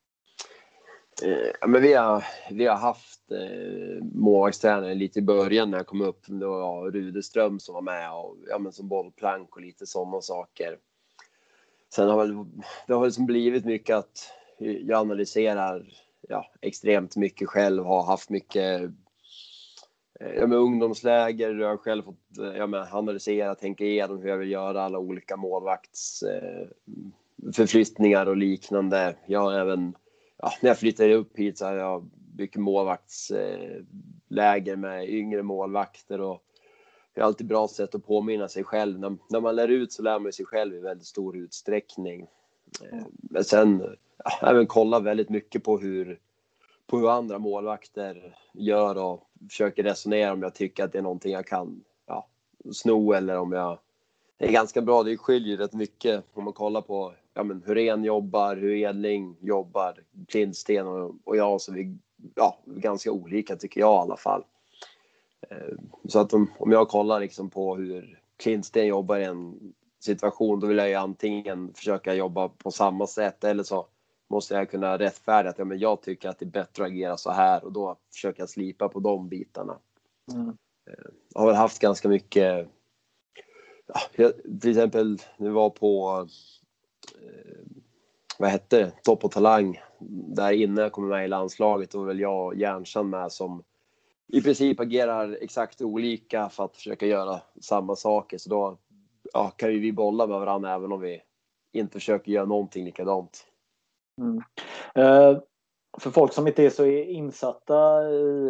Men vi har haft målvaktstränare lite i början när jag kom upp. Det var Rudeström som var med och som bollplank och lite sådana saker. Sen har det har liksom blivit mycket att jag analyserar extremt mycket själv, har haft mycket med ungdomsläger. Jag har själv fått analysera, tänka igenom hur jag vill göra alla olika förflyttningar och liknande. Jag har även, när jag flyttade upp hit så har jag mycket målvaktsläger med yngre målvakter, och det är alltid bra sätt att påminna sig själv. När man lär ut så lär man sig själv i väldigt stor utsträckning. Men sen även kolla väldigt mycket på hur andra målvakter gör och försöker resonera om jag tycker att det är någonting jag kan sno, eller om jag... Det är ganska bra, det skiljer rätt mycket om man kollar på hur en jobbar, hur Edling jobbar, Klintsten och jag, så vi ganska olika tycker jag i alla fall. Så att om jag kollar liksom på hur Klintsten jobbar i en situation, då vill jag ju antingen försöka jobba på samma sätt, eller så måste jag kunna rättfärdiga att jag tycker att det är bättre att agera så här, och då försöker jag slipa på de bitarna. Jag har väl haft ganska mycket, till exempel nu var på Topp och Talang där inne, jag kommer med i landslaget, och väl jag och Järnsan med, som i princip agerar exakt olika för att försöka göra samma saker. Så då kan vi bolla med varandra även om vi inte försöker göra någonting likadant. För folk som inte är så insatta i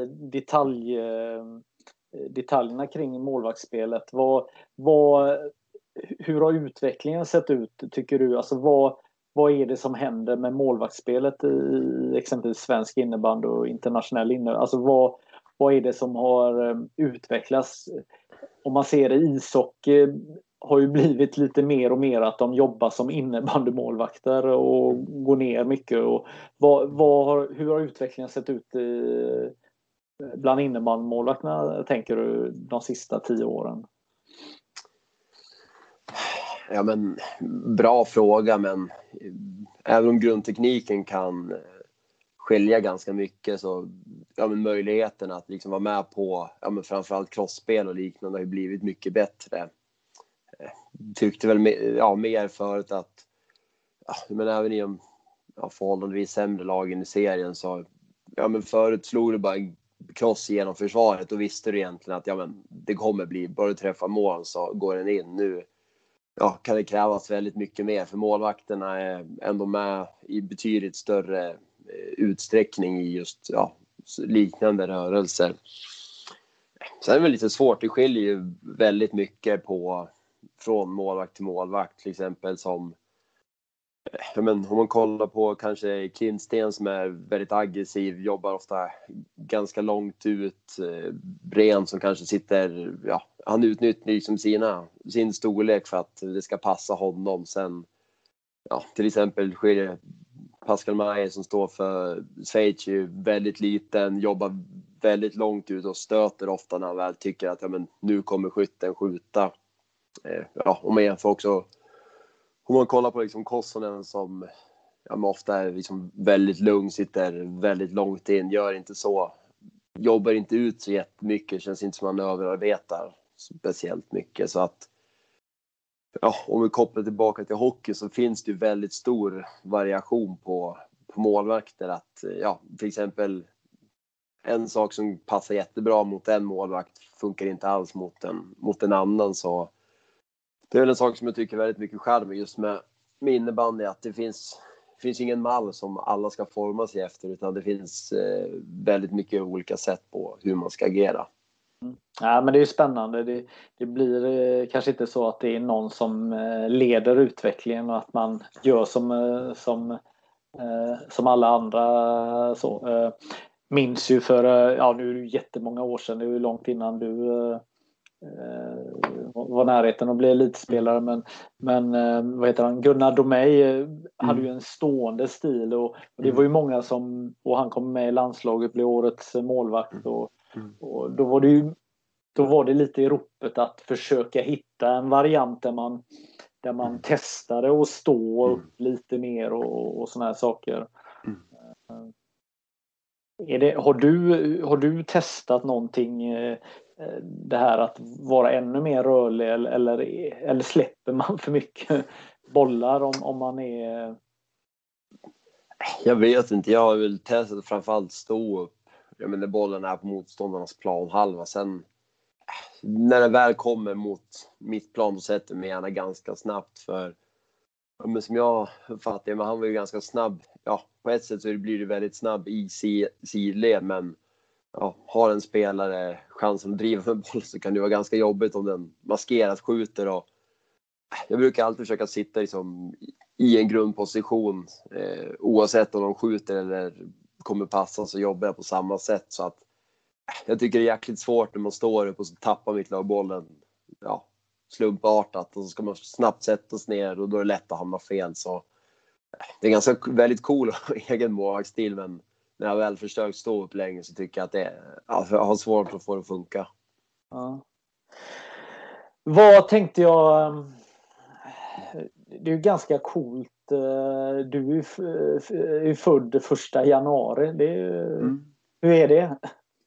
detaljerna kring målvaktsspelet, hur har utvecklingen sett ut tycker du? Alltså vad är det som händer med målvaktsspelet i exempelvis svensk innebandy och internationell innebandy? Alltså vad är det som har utvecklats? Om man ser det, ishockey har ju blivit lite mer och mer att de jobbar som innebandymålvakter och går ner mycket. Och hur har utvecklingen sett ut bland innebandymålvakterna, tänker du, de sista 10 åren? Ja, men bra fråga, men även om grundtekniken kan skilja ganska mycket, så möjligheten att liksom vara med på framförallt crossspel och liknande har ju blivit mycket bättre. Tyckte väl mer förut att men även i de förhållandevis sämre lagen i serien, så förut slog det bara cross genom försvaret och visste du egentligen att det kommer bli, bara du träffar mål så går den in. Nu kan det krävas väldigt mycket mer, för målvakterna är ändå med i betydligt större utsträckning i just liknande rörelser. Sen är det väl lite svårt, det skiljer ju väldigt mycket från målvakt till målvakt, till exempel som om man kollar på kanske Klintsten som är väldigt aggressiv, jobbar ofta ganska långt ut, Bren som kanske sitter, han utnyttjar liksom sin storlek för att det ska passa honom. Sen till exempel sker Pascal Maier som står för Schweiz, väldigt liten, jobbar väldigt långt ut och stöter ofta när han väl tycker att nu kommer skytten skjuta. Om man jämför också, om man kollar på liksom Kossonen som ofta är liksom väldigt lugn, sitter väldigt långt in, jobbar inte ut så jättemycket, känns inte som han överarbetar speciellt mycket. Så att om vi kopplar tillbaka till hockey, så finns det ju väldigt stor variation på målvakter. Att till exempel en sak som passar jättebra mot en målvakt funkar inte alls mot en annan. Så det är väl en sak som jag tycker är väldigt mycket charm just med innebandy, att det finns ingen mall som alla ska forma sig efter, utan det finns väldigt mycket olika sätt på hur man ska agera. Ja, men det är ju spännande. Det blir kanske inte så att det är någon som leder utvecklingen och att man gör som alla andra. Så minns ju för nu är det jättemånga år sedan, det är ju långt innan du var närheten att bli elitspelare, men vad heter han, Gunnar Domey hade ju en stående stil, och det var ju många som, och han kom med i landslaget, blev årets målvakt, och då var det lite i ropet att försöka hitta en variant där man testade och stå upp lite mer och såna här saker. Har du testat någonting, det här att vara ännu mer rörlig, eller släpper man för mycket bollar om man är... Jag vet inte, jag har väl testat framförallt stå upp ja, men när bollen är på motståndarnas planhalva. Sen när det väl kommer mot mitt plan, då sätter mig gärna ganska snabbt. För men som jag fattar, men han var ju ganska snabb. Ja, på ett sätt så blir det väldigt snabb i sidled, men ja, har en spelare chansen att driva med boll så kan det vara ganska jobbigt om den maskerat skjuter. Och jag brukar alltid försöka sitta liksom i en grundposition, oavsett om de skjuter eller kommer passa, så jobbar jag på samma sätt. Så att jag tycker det är jäkligt svårt när man står upp och så tappar mitt lag bollen, ja, slumpartat, och så ska man snabbt sätta sig ner och då är det lätt att hamna fel. Så det är ganska väldigt cool egen målvaktsstil, men när jag väl försökt stå upp länge så tycker jag att jag har svårt att få det att funka. Ja. Vad tänkte jag? Det är ju ganska coolt. Du är född 1 januari. Hur är det?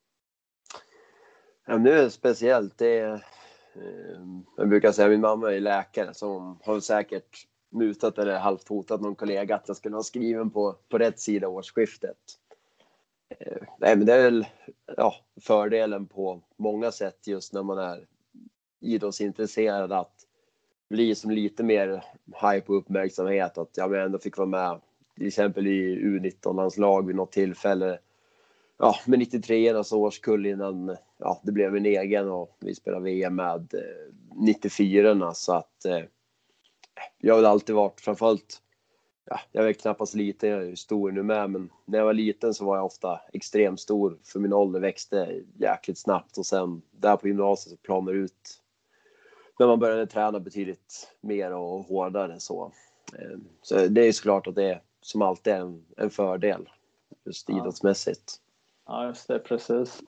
Ja, nu är det speciellt. Jag brukar säga att min mamma är läkare, som har säkert mutat eller halvt hotat någon kollega att jag skulle vara skriven på rätt sida årsskiftet. Nej, men det är väl fördelen på många sätt just när man är idrottsintresserad, att bli som lite mer hype och uppmärksamhet, att jag ändå fick vara med till exempel i U19-landslag vid något tillfälle. Ja, med 93-ernas årskull innan det blev en egen, och vi spelade VM med 94-erna. Så att jag har alltid varit, framförallt, jag är knappast liten, jag är stor nu med, men när jag var liten så var jag ofta extremt stor för min ålder, växte jäkligt snabbt, och sen där på gymnasiet så planar ut när man började träna betydligt mer och hårdare. Så det är såklart att det är som alltid en fördel just idrottsmässigt. Ja, just det, precis.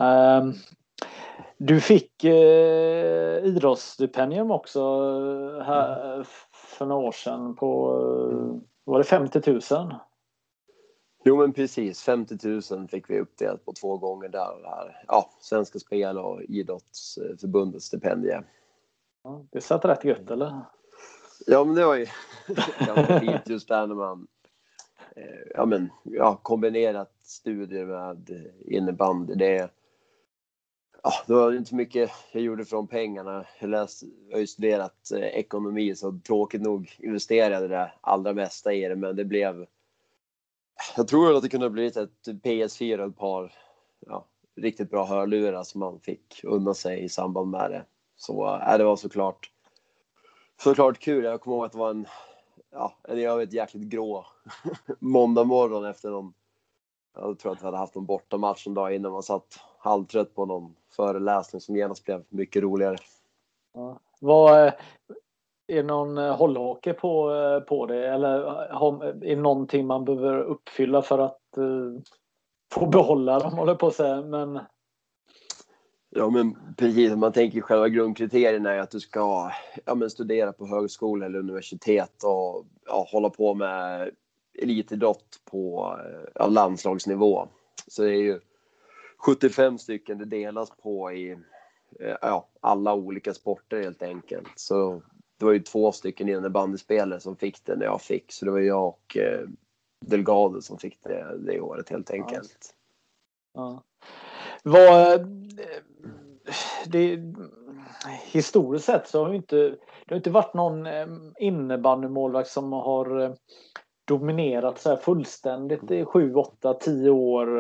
Du fick idrottsstipendium också här för några år sedan på, var det 50 000? Jo, men precis, 50 000 fick vi uppdelat på 2 gånger där. Ja, Svenska Spel och Idrottsförbundets stipendie. Ja, det satt rätt gött, eller? Ja, men det var ju ganska fint just där när man kombinerat studier med innebandy. Det var inte mycket jag gjorde från pengarna. Jag har ju studerat ekonomi, så tråkigt nog investerade det allra mesta i det, men det blev, jag tror att det kunde ha blivit ett PS4 och ett par riktigt bra hörlurar som man fick unna sig i samband med det. Så det var såklart kul. Jag kommer ihåg att det var en jäkligt grå måndag morgon efter någon, jag tror att vi hade haft en bortamatch en dag innan, man satt halvtrött på någon föreläsning som genast blev mycket roligare. Ja. Vad är någon hållhake på det, eller är det någonting man behöver uppfylla för att få behålla dem, håller på att säga, men... Ja, men precis, man tänker själva grundkriterierna är att du ska studera på högskola eller universitet och hålla på med elitidrott på landslagsnivå. Så det är ju 75 stycken det delas på i alla olika sporter helt enkelt. Så det var ju 2 stycken innebandyspelare som fick det när jag fick. Så det var jag och Delgado som fick det året helt enkelt. Ja. Historiskt sett så har det inte varit någon innebandymålvakt som har dominerat så här fullständigt i 7, 8, 10 år,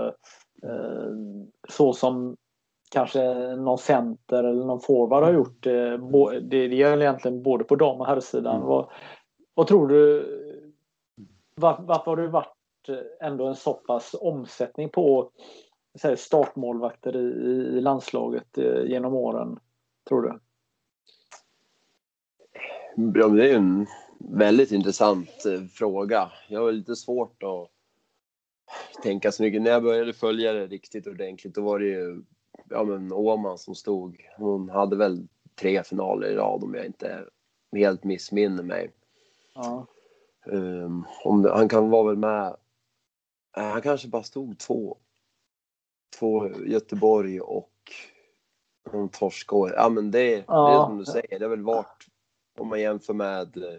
så som kanske någon center eller någon forward har gjort. Det gör egentligen både på dam- och herrsidan. Vad tror du, varför har det varit ändå en så pass omsättning på startmålvakter i landslaget genom åren, tror du? Ja, det är ju en väldigt intressant fråga. Jag har lite svårt att tänka så mycket. När jag började följa det riktigt ordentligt, då var det ju Åman som stod. Hon hade väl 3 finaler i rad om jag inte helt missminner mig. Ja. Han kan vara väl med. Han kanske bara stod 2 Göteborg och någon Torskå. Ja, men det är som du säger. Det har väl varit, om man jämför med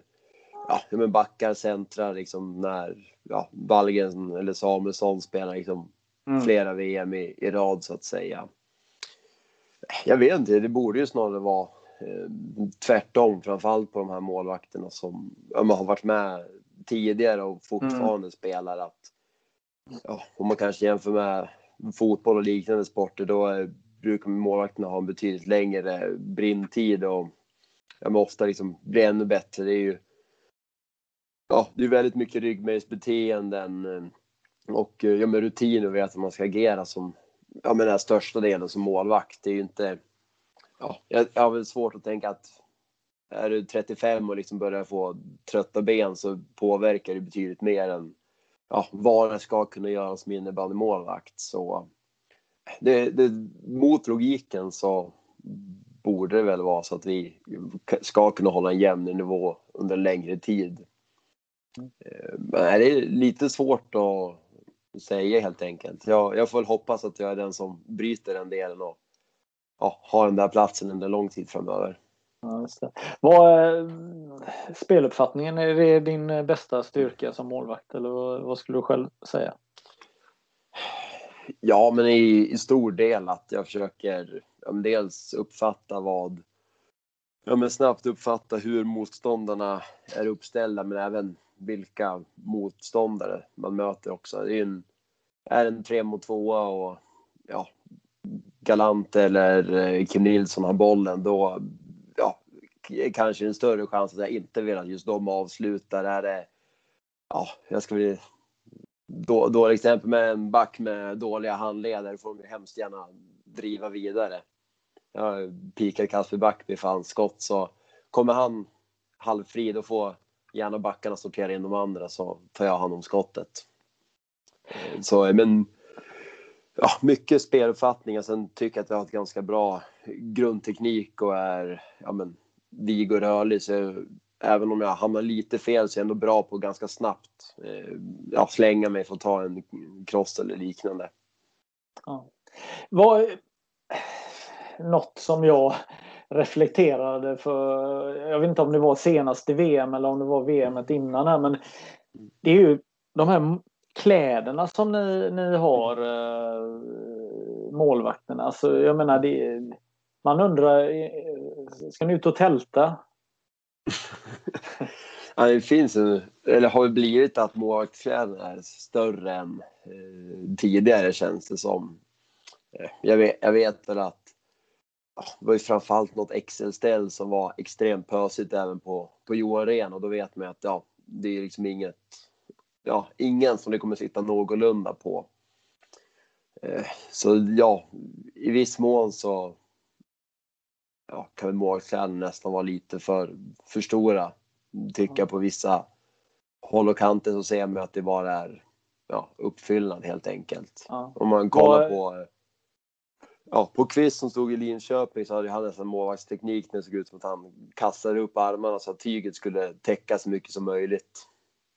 backar, centrar, liksom när Wallgren eller Samuelsson spelar liksom flera VM i rad så att säga. Jag vet inte, det borde ju snarare vara tvärtom, framförallt på de här målvakterna som har varit med tidigare och fortfarande spelar. Att, om man kanske jämför med fotboll och liknande sporter, då brukar målvakterna ha en betydligt längre brintid och ofta liksom blir ännu bättre. Det är ju det är väldigt mycket ryggmärgsbeteenden och med rutin och vet att man ska agera som den största delen som målvakt. Det är ju inte jag har väl svårt att tänka att är du 35 och liksom börjar få trötta ben så påverkar det betydligt mer än vad det ska kunna göra som innebandymålvakt. Så det mot logiken så borde det väl vara så att vi ska kunna hålla en jämn nivå under en längre tid. Men det är lite svårt att säga helt enkelt. Jag får väl hoppas att jag är den som bryter den delen och har den där platsen under lång tid framöver. Ja, just det. Vad är speluppfattningen? Är det din bästa styrka som målvakt? Eller vad skulle du själv säga? Ja, men i stor del att jag försöker dels uppfatta snabbt uppfatta hur motståndarna är uppställda, men även vilka motståndare man möter också. Det är en 3-mot-2 och Galant eller Kim Nilsson har bollen, då kanske en större chans att jag inte vill att just de avslutar. Är det jag ska bli då exempel med en back med dåliga handleder får de hemskt gärna driva vidare. Jag pikar Kasper Backby för hans skott, så kommer han halvfri, då får gärna backarna sortera in de andra, så tar jag hand om skottet. Så men mycket speluppfattning. Sen tycker jag att jag har ett ganska bra grundteknik och är vig och rörlig, så även om jag hamnar lite fel så är jag ändå bra på ganska snabbt slänga mig för att ta en cross eller liknande. Något som jag reflekterade för, jag vet inte om det var senaste VM eller om det var VM:et innan här, men det är ju de här kläderna som ni har, målvakterna. Alltså, jag menar, man undrar, ska ni ut och tälta? Det finns eller har blivit att målvaktskläderna är större än tidigare, känns det som. Jag vet väl att det var ju framförallt något Excel-ställ som var extremt pösigt även på Johan Rehn, och då vet man att det är liksom ingen som det kommer sitta någorlunda på. Så i viss mån så kan väl målkläderna nästan vara lite för stora. Tycker på vissa håll och kanter så ser man att det bara är uppfyllnad helt enkelt. Om man kollar på Kvist som stod i Linköping, så hade han nästan målvaktsteknik när det såg ut som att han kastade upp armarna så att tyget skulle täcka så mycket som möjligt.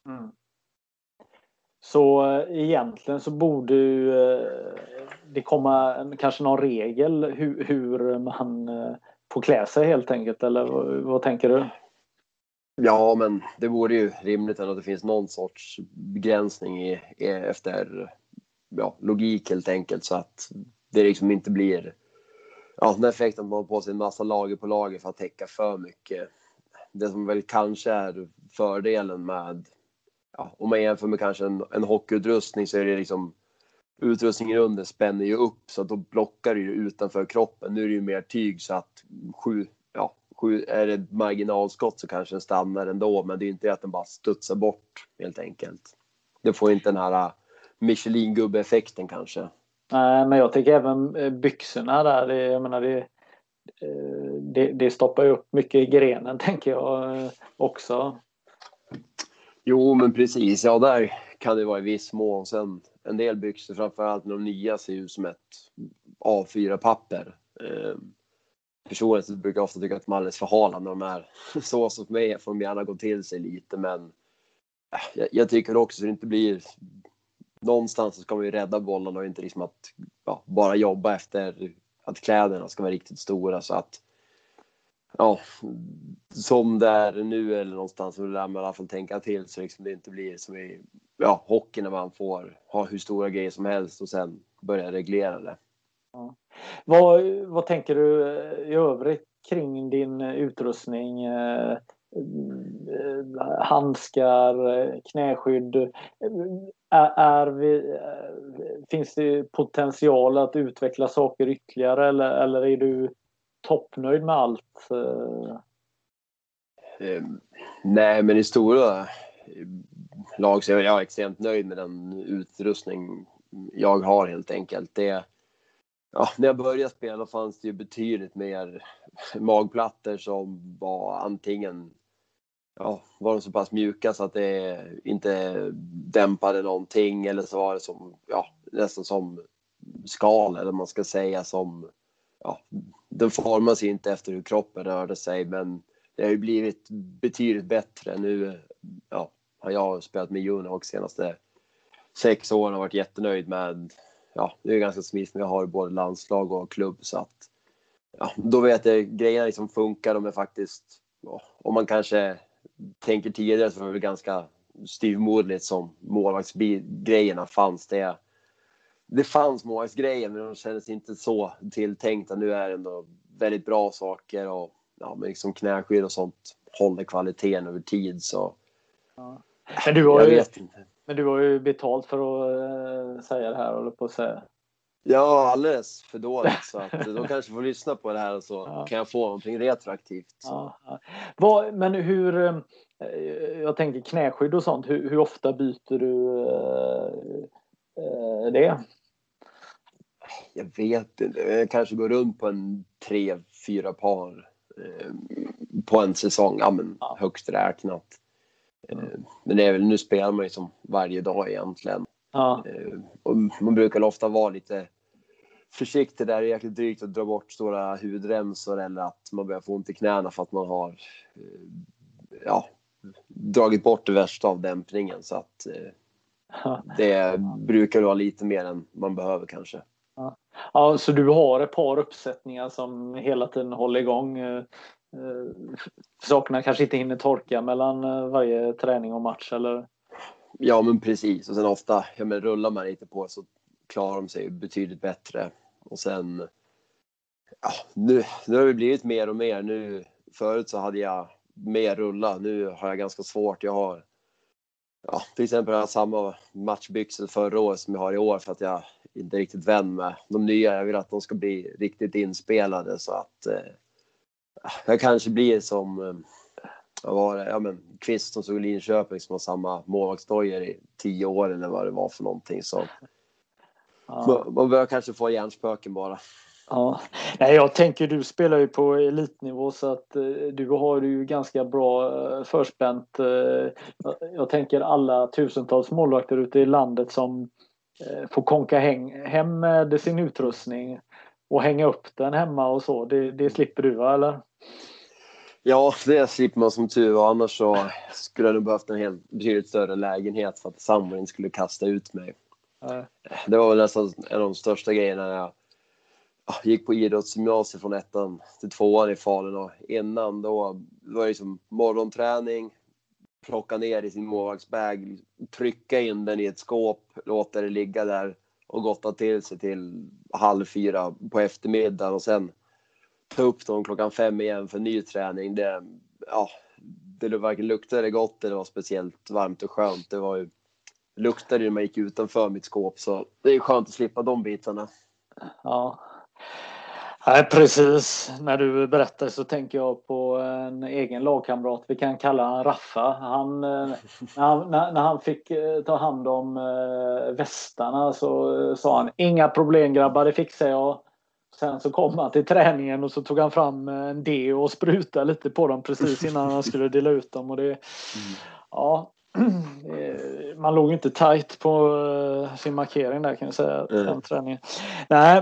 Så egentligen så borde det komma kanske någon regel hur man får klä sig helt enkelt, eller vad tänker du? Ja, men det vore ju rimligt att det finns någon sorts begränsning efter logik helt enkelt, så att det liksom inte blir den effekten att man har på sig en massa lager på lager för att täcka för mycket. Det som väl kanske är fördelen med om man jämför med kanske en hockeyutrustning, så är det liksom utrustningen under spänner ju upp, så att då blockar det ju utanför kroppen. Nu är det ju mer tyg, så att är det marginalskott så kanske den stannar ändå, men det är inte att den bara studsar bort helt enkelt. Det får inte den här Michelin-gubbe-effekten kanske. Nej, men jag tycker även byxorna där, jag menar det stoppar ju upp mycket i grenen, tänker jag också. Jo, men precis. Ja, där kan det vara i viss mån. Sen en del byxor, framförallt när de nya, ser ut som ett A4-papper. Personligen brukar jag ofta tycka att de är alldeles för hala när de är så för mig. Får de gärna gå till sig lite, men jag tycker också att det inte blir... Någonstans så ska man ju rädda bollen och inte liksom att bara jobba efter att kläderna ska vara riktigt stora, så att ja, som det är nu eller någonstans, så lär man i alla fall tänka till så liksom det inte blir som i hockey när man får ha hur stora grejer som helst och sen börja reglera det. Ja. Vad tänker du i övrigt kring din utrustning? Handskar, knäskydd. Finns det potential att utveckla saker ytterligare eller är du toppnöjd med allt? Nej, men i stora lag så är jag extremt nöjd med den utrustning jag har helt enkelt. När jag började spela fanns det ju betydligt mer magplattor som var antingen var de så pass mjuka så att det inte dämpade någonting, eller så var det som nästan som skal, eller man ska säga, som den formar sig inte efter hur kroppen rörde sig, men det har ju blivit betydligt bättre. Nu har jag spelat med junior senaste 6 åren och varit jättenöjd med det är ganska smidigt när jag har både landslag och klubb, så att då vet jag grejerna liksom funkar. De är faktiskt, om man kanske tänker tidigare så var det ganska styvmoderligt som målvaktsgrejerna fanns. Det fanns målvaktsgrejer, men de kändes inte så tilltänkta. Nu är det ändå väldigt bra saker, och men liksom knäskydd och sånt håller kvaliteten över tid. Så Men du har ju betalt för att säga det här, håller på att säga. Ja, alldeles för dåligt, så att de kanske får lyssna på det här och så kan jag få någonting retroaktivt. Men hur, jag tänker knäskydd och sånt, hur ofta byter du det? Jag vet inte, jag kanske går runt på en 3-4 par på en säsong, högst räknat. Men det är väl, nu spelar man ju som varje dag egentligen. Och man brukar ofta vara lite försiktig där. Det är jäkligt drygt att dra bort stora hudremsor, eller att man börjar få ont i knäna för att man har dragit bort det värsta av dämpningen. Så att det brukar vara lite mer än man behöver kanske. Så du har ett par uppsättningar som hela tiden håller igång. Sakerna kanske inte hinner torka mellan varje träning och match, eller? Ja, men precis. Och sen ofta rullar man lite på så klarar de sig betydligt bättre. Och sen nu har det blivit mer och mer. Nu, förut så hade jag mer rulla. Nu har jag ganska svårt. Jag har till exempel samma matchbyxor förra året som jag har i år, för att jag inte riktigt vän med de nya. Jag vill att de ska bli riktigt inspelade, så att jag kanske blir som Kvist som såg Linköping som har samma målvaktsdojor i 10 år eller vad det var för någonting. Så man bör kanske få hjärnspöken bara. Nej, jag tänker, du spelar ju på elitnivå, så att du har ju ganska bra förspänt. Jag tänker alla tusentals målvakter ute i landet som får konka hem med sin utrustning och hänga upp den hemma och så. Det slipper du, va, eller? Ja, det slipper man som tur var. Annars så skulle jag nog behövt en betydligt större lägenhet för att sambon skulle kasta ut mig. Det var väl nästan en av de största grejerna när jag gick på idrottsgymnasiet från 1:an till 2:an i Falun. Och innan då var det liksom morgonträning, plocka ner i sin målvaktsbag, trycka in den i ett skåp, låta det ligga där och gotta till sig till 3:30 på eftermiddagen, och sen ta upp dem 5:00 igen för ny träning. Det varken luktade gott eller var speciellt varmt och skönt. Det var ju luktade när man gick utanför mitt skåp, så det är skönt att slippa de bitarna. Nej, precis. När du berättar så tänker jag på en egen lagkamrat. Vi kan kalla han Raffa. När han fick ta hand om västarna så sa han: inga problem grabbar, det fixar jag. Sen så kom han till träningen och så tog han fram en deo och sprutade lite på dem precis innan han skulle dela ut dem. Och man låg inte tajt på sin markering där, kan jag säga. Den träningen. Nej,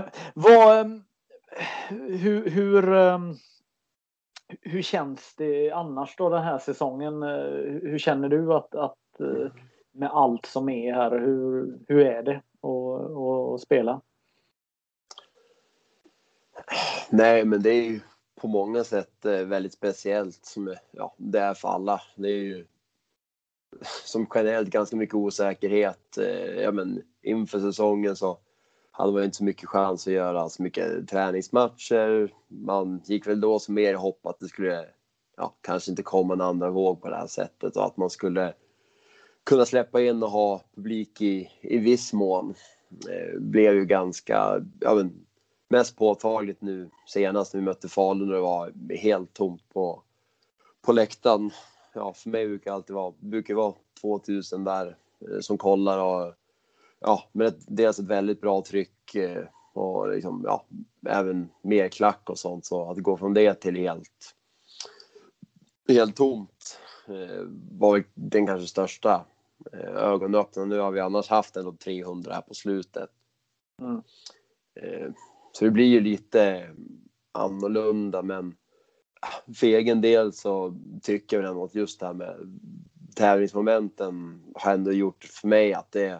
hur känns det annars då den här säsongen? Hur känner du att med allt som är här, hur är det att spela? Nej, men det är ju på många sätt väldigt speciellt som det är för alla. Det är ju som generellt ganska mycket osäkerhet. Inför säsongen så hade man inte så mycket chans att göra så mycket träningsmatcher. Man gick väl då som mer hopp att det skulle kanske inte komma en andra våg på det här sättet och att man skulle kunna släppa in och ha publik i viss mån. Blev ju ganska mest påtagligt nu senast när vi mötte Falun och det var helt tomt på läktaren. Ja, för mig brukar vara 2000 där som kollar och men det är alltså ett väldigt bra tryck och liksom, även mer klack och sånt, så att gå från det till helt tomt var den kanske största ögonöppnaren. Nu har vi annars haft ändå 300 här på slutet. Så det blir ju lite annorlunda, men för egen del så tycker jag att just det här med tävlingsmomenten har ändå gjort för mig att det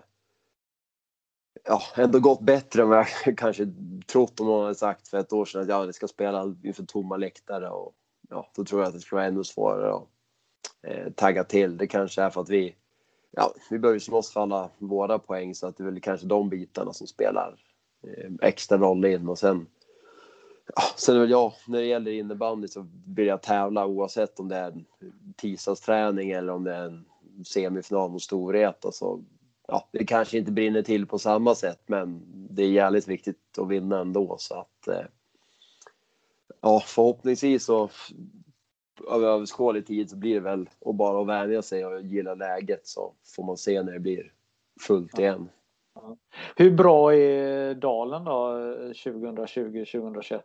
ändå gått bättre än vad jag kanske trott om någon hade sagt för ett år sedan att det ska spela inför tomma läktare och då tror jag att det ska vara ännu svårare att tagga till. Det kanske är för att vi behöver slåss för alla våra poäng, så att det är väl kanske de bitarna som spelar extra roll in. Och sen är väl när det gäller innebandy så vill jag tävla oavsett om det är en tisdagsträning eller om det är en semifinal mot Storvreta. Så det kanske inte brinner till på samma sätt, men det är jävligt viktigt att vinna ändå. Så att förhoppningsvis så över överskådlig tid så blir det väl att bara vänja sig och gilla läget, så får man se när det blir fullt igen. Hur bra är Dalen då 2020-2021?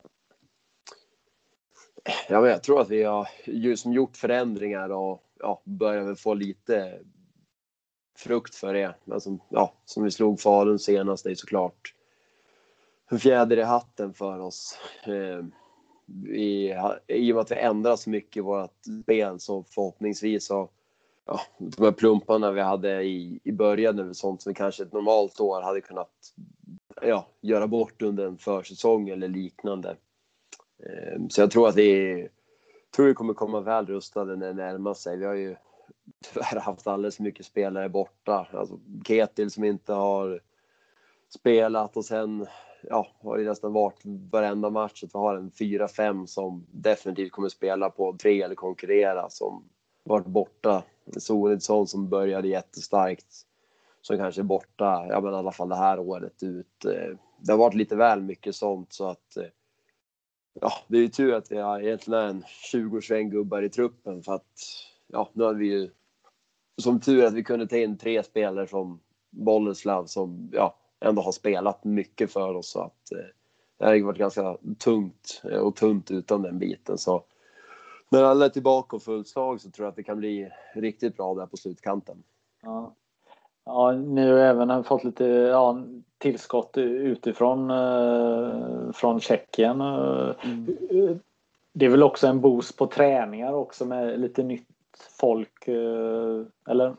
Jag tror att vi har just gjort förändringar och börjar väl få lite frukt för det. Alltså, som vi slog Falun senast, det är såklart en fjäder i hatten för oss. I och med att vi ändrar så mycket i vårt spel, så förhoppningsvis så de här plumparna vi hade i början nu, sånt som vi kanske ett normalt år hade kunnat göra bort under en försäsong eller liknande. Så jag tror att vi kommer komma väl rustade när det närmar sig. Vi har ju tyvärr haft alldeles mycket spelare borta. Alltså Ketil som inte har spelat, och sen har det nästan varit varenda match att vi har en 4-5 som definitivt kommer spela på 3 eller konkurrera, som varit borta. Solitsson som började jättestarkt, som kanske är borta, i alla fall det här året ut. Det har varit lite väl mycket sånt, så att det är ju tur att vi har egentligen en 20-21 gubbar i truppen, för att nu har vi ju som tur att vi kunde ta in 3 spelare från Bolleslav som ändå har spelat mycket för oss, så att det har varit ganska tungt och tunt utan den biten. Så när alla är tillbaka och fullt slag så tror jag att det kan bli riktigt bra där på slutkanten. Ja, ni har även fått lite tillskott utifrån från Tjeckien. Det är väl också en boost på träningar också med lite nytt folk, eller?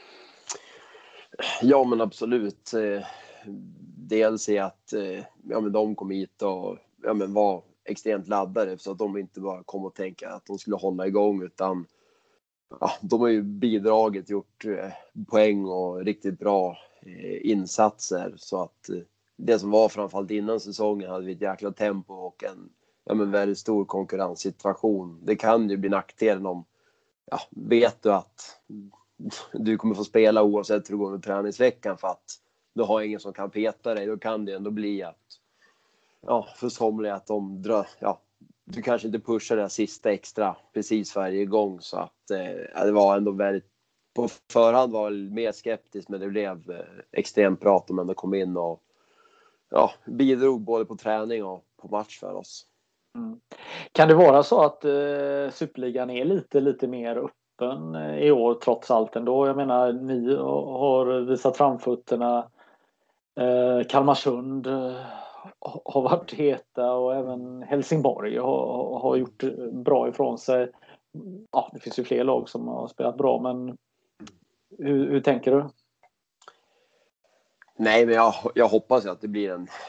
Ja, men absolut. Dels är att de kom hit och var extremt laddade, så att de inte bara kom och tänka att de skulle hålla igång, utan de har ju bidragit, gjort poäng och riktigt bra insatser, så att det som var framförallt innan säsongen hade vi ett jäkla tempo och en väldigt stor konkurrenssituation. Det kan ju bli nackdelen om vet du att du kommer få spela oavsett hur det går med träningsveckan, för att du har ingen som kan peta dig. Då kan det ändå bli att för somliga att de drar, du kanske inte pushar det sista extra precis varje gång, så att det var ändå väldigt, på förhand var jag mer skeptisk, men det blev extremt bra att de ändå kom in och bidrog både på träning och på match för oss. Kan det vara så att Superligan är lite mer öppen i år trots allt ändå? Jag menar, ni har visat framfötterna, Kalmarsund har varit heta, och även Helsingborg har gjort bra ifrån sig. Det finns ju fler lag som har spelat bra, men hur tänker du? Nej, men jag hoppas att det blir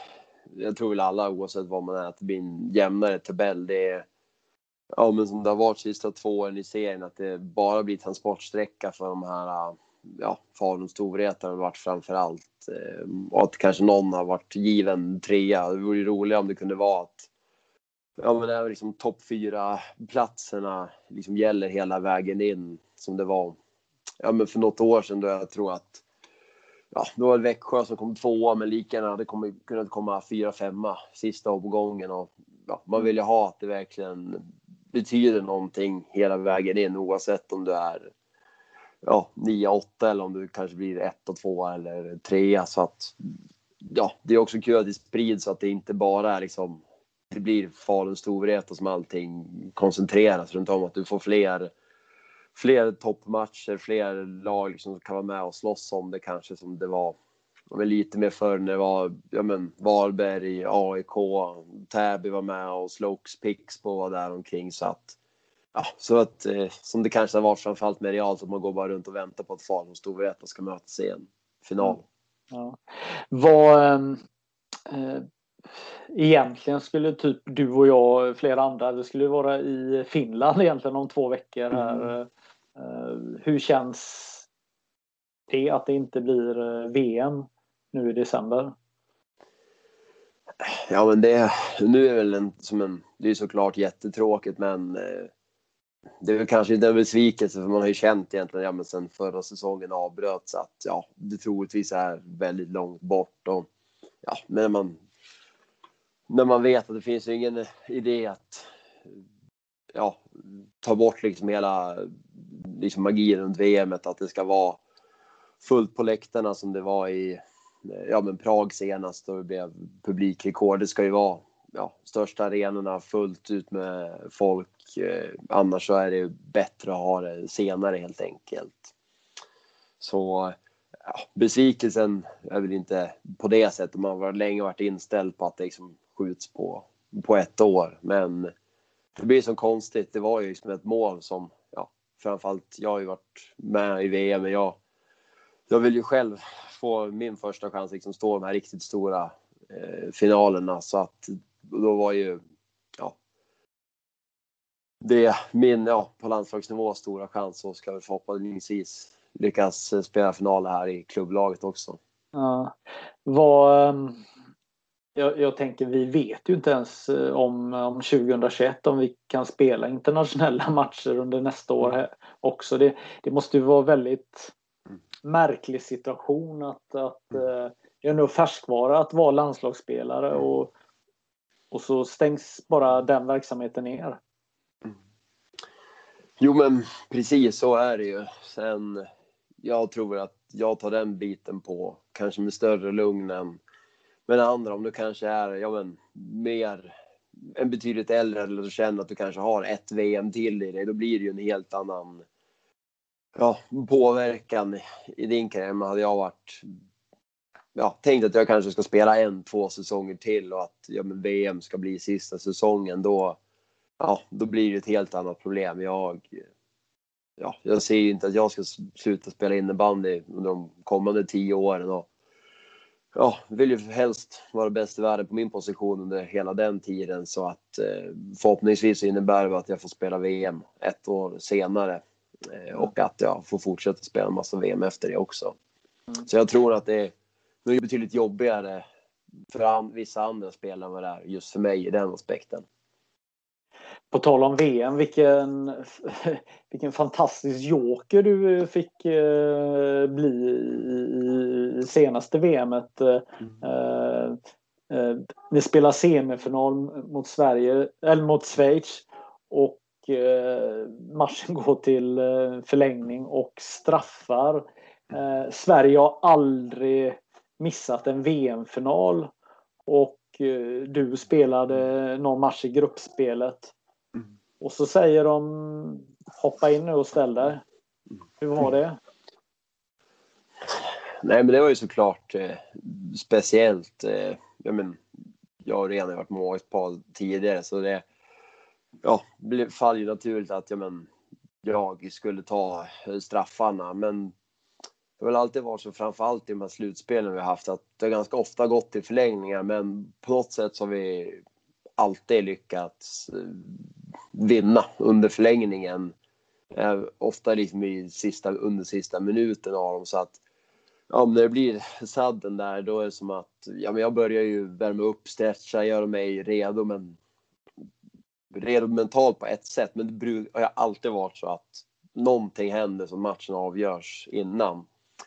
jag tror väl alla oavsett vad man är, att det blir en jämnare tabell. Det är, ja, men som det har varit sista 2 åren i serien, att det bara blir transportsträcka för de här, ja, Falun Storvreta har varit framför allt. Och att kanske någon har varit given 3. Det vore ju roligt om det kunde vara att, ja, men det är liksom topp 4 platserna liksom gäller hela vägen in, som det var, ja, men för något år sedan, då jag tror att, ja, då var det Växjö som kom 2, men lika gärna hade kunnat komma 4-5 sista omgången. Och ja, man vill ju ha att det verkligen betyder någonting hela vägen in, oavsett om du är, ja, 9-8 eller om du kanske blir 1-2 eller 3. Så att, ja, det är också kul att det sprids, så att det inte bara är liksom, det blir Falun Storvreta som allting koncentreras runt om, att du får fler toppmatcher, fler lag som kan vara med och slåss om det, kanske som det var, men lite mer förr när det var, ja, men Varberg, AIK, Täby var med och Slokes, Pixbo var där omkring. Så att, ja, så att som det kanske har varit framförallt med Real, att man går bara runt och väntar på att Falun Storvreta ska mötas i en final. Ja. Vad egentligen skulle typ du och jag, flera andra, det skulle vara i Finland egentligen om 2 veckor här. Hur känns det att det inte blir VM nu i december? Ja, men nu är väl det är såklart jättetråkigt, men det är väl kanske inte en besvikelse, för man har ju känt egentligen, ja, men sen förra säsongen avbröts, att ja, det troligtvis är väldigt långt bort. Och ja, men när man vet att det finns ju ingen idé att, ja, ta bort liksom hela liksom magin runt VM:et, att det ska vara fullt på läktarna som det var i, ja, men Prag senast, då det blev publikrekord. Det ska ju vara, ja, största arenorna fullt ut med folk. Annars så är det bättre att ha det senare helt enkelt. Så ja, besvikelsen är väl inte på det sättet. Man har länge varit inställd på att det liksom skjuts på 1 år. Men det blir så konstigt. Det var ju liksom ett mål som, ja, framförallt jag har ju varit med i VM, men jag vill ju själv få min första chans liksom stå de här riktigt stora finalerna. Så att då var ju, ja, det är min, ja, på landslagsnivå stora chans, så ska vi förhoppningsvis lyckas spela finaler här i klubblaget också. Ja. Jag tänker, vi vet ju inte ens om 2021 om vi kan spela internationella matcher under nästa år också. Det måste ju vara väldigt märklig situation att det är nog färskvara att vara landslagsspelare och så stängs bara den verksamheten ner. Jo, men precis så är det ju. Sen, jag tror att jag tar den biten på kanske med större lugn än men andra, om du kanske är, ja, men mer en betydligt äldre, eller du känner att du kanske har ett VM till i dig, då blir det ju en helt annan, ja, påverkan i din karriär. Men hade jag varit, ja, tänkt att jag kanske ska spela 1-2 säsonger till och att, ja, men VM ska bli sista säsongen, då blir det ett helt annat problem. Jag ser ju inte att jag ska sluta spela innebandy under de kommande 10 åren, och ja, vill ju helst vara bäst i världen på min position under hela den tiden. Så att förhoppningsvis innebär det att jag får spela VM 1 år senare, och att jag får fortsätta spela en massa VM efter det också. Så jag tror att det är betydligt jobbigare för vissa andra spelare än vad det är just för mig i den aspekten. På tal om VM, vilken fantastisk joker du fick bli i senaste VM:et. Vi spelar semifinal mot Sverige, eller mot Schweiz, och matchen går till förlängning och straffar. Sverige har aldrig missat en VM-final, och du spelade någon match i gruppspelet. Och så säger de, hoppa in nu och ställ dig. Hur var det? Nej, men det var ju såklart speciellt. Jag har redan varit med ett par tidigare, så det faller ju naturligt att jag skulle ta straffarna. Men det har väl alltid varit så, framförallt i de här slutspelen vi har haft, att det har ganska ofta gått till förlängningar, men på något sätt så har vi alltid lyckats vinna under förlängningen. Ofta liksom under sista minuten av dem, så att när det blir sadden där, då är det som att men jag börjar ju värma upp, stretcha, göra mig redo, men redo mentalt på ett sätt, men det har alltid varit så att någonting händer som matchen avgörs innan.